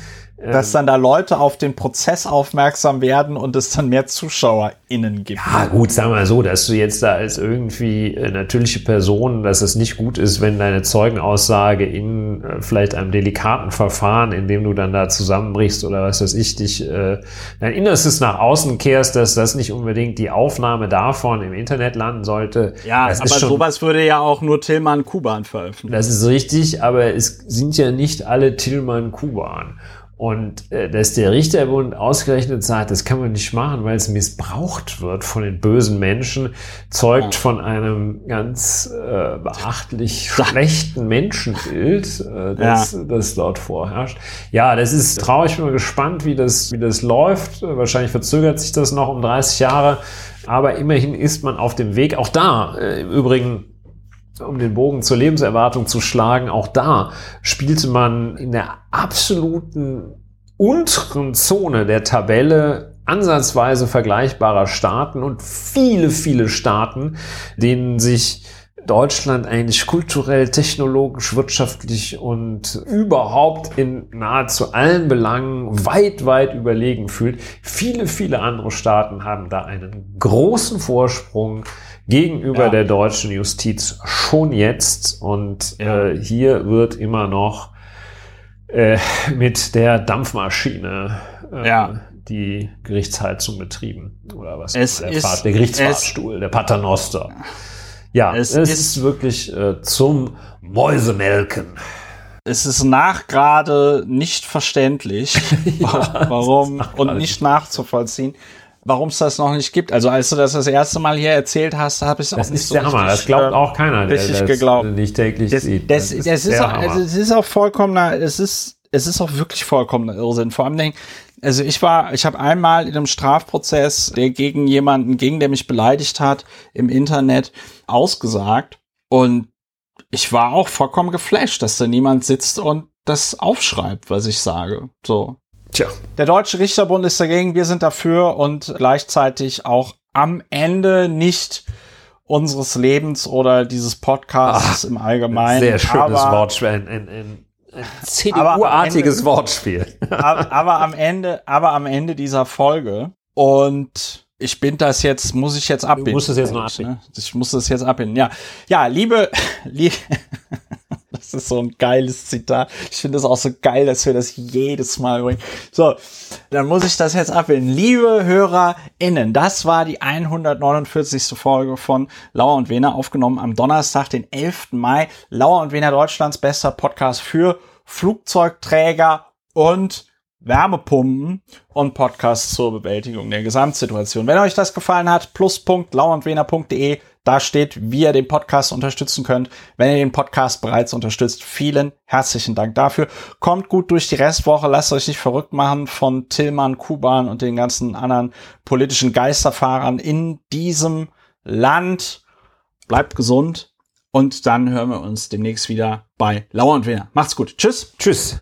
dass dann da Leute auf den Prozess aufmerksam werden und es dann mehr ZuschauerInnen gibt. Ja gut, sagen wir mal so, dass du jetzt da als irgendwie natürliche Person, dass es nicht gut ist, wenn deine Zeugenaussage in vielleicht einem delikaten Verfahren, in dem du dann da zusammenbrichst oder was weiß ich, dich dein Innerstes nach außen kehrst, dass das nicht unbedingt die Aufnahme davon im Internet landen sollte. Ja, das aber ist schon, sowas würde ja auch nur Tillmann Kuban veröffentlichen. Das ist richtig, aber es sind ja nicht alle Tillmann Kuban. Und dass der Richterbund ausgerechnet sagt, das kann man nicht machen, weil es missbraucht wird von den bösen Menschen, zeugt von einem ganz beachtlich schlechten Menschenbild, das dort vorherrscht. Ja, das ist traurig. Ich bin mal gespannt, wie das läuft. Wahrscheinlich verzögert sich das noch um 30 Jahre. Aber immerhin ist man auf dem Weg. Auch da, im Übrigen, um den Bogen zur Lebenserwartung zu schlagen, auch da spielte man in der absoluten unteren Zone der Tabelle ansatzweise vergleichbarer Staaten und viele, viele Staaten, denen sich Deutschland eigentlich kulturell, technologisch, wirtschaftlich und überhaupt in nahezu allen Belangen weit, weit überlegen fühlt. Viele, viele andere Staaten haben da einen großen Vorsprung gegenüber der deutschen Justiz schon jetzt. Und hier wird immer noch mit der Dampfmaschine die Gerichtsheizung betrieben. Oder was? Der Gerichtsfahrstuhl, der Paternoster. Ja, es ist wirklich zum Mäusemelken. Es ist nachgerade nicht verständlich, warum und nicht nachzuvollziehen, warum es das noch nicht gibt. Also als du das erste Mal hier erzählt hast, habe ich es auch nicht so richtig. Das glaubt auch keiner, der das geglaubt. Nicht täglich sieht. Es ist auch wirklich vollkommener Irrsinn. Vor allem ich habe einmal in einem Strafprozess, der gegen jemanden ging, der mich beleidigt hat, im Internet ausgesagt. Und ich war auch vollkommen geflasht, dass da niemand sitzt und das aufschreibt, was ich sage. So. Tja. Der Deutsche Richterbund ist dagegen, wir sind dafür und gleichzeitig auch am Ende nicht unseres Lebens oder dieses Podcasts im Allgemeinen. Sehr schönes Wortspiel, ein CDU-artiges Wortspiel. aber am Ende dieser Folge und ich bin das jetzt, muss ich jetzt abbinden. Du musst es jetzt noch abbinden. Ne? Ich muss das jetzt abbinden, ja, liebe das ist so ein geiles Zitat. Ich finde es auch so geil, dass wir das jedes Mal bringen. So, dann muss ich das jetzt abbinden. Liebe HörerInnen, das war die 149. Folge von Lauer und Wehner, aufgenommen am Donnerstag, den 11. Mai. Lauer und Wehner, Deutschlands bester Podcast für Flugzeugträger und Wärmepumpen und Podcasts zur Bewältigung der Gesamtsituation. Wenn euch das gefallen hat, plus.lauerundwehner.de, da steht, wie ihr den Podcast unterstützen könnt. Wenn ihr den Podcast bereits unterstützt, vielen herzlichen Dank dafür. Kommt gut durch die Restwoche, lasst euch nicht verrückt machen von Tillmann Kuban und den ganzen anderen politischen Geisterfahrern in diesem Land. Bleibt gesund und dann hören wir uns demnächst wieder bei Lauer und Wehner. Macht's gut. Tschüss. Tschüss.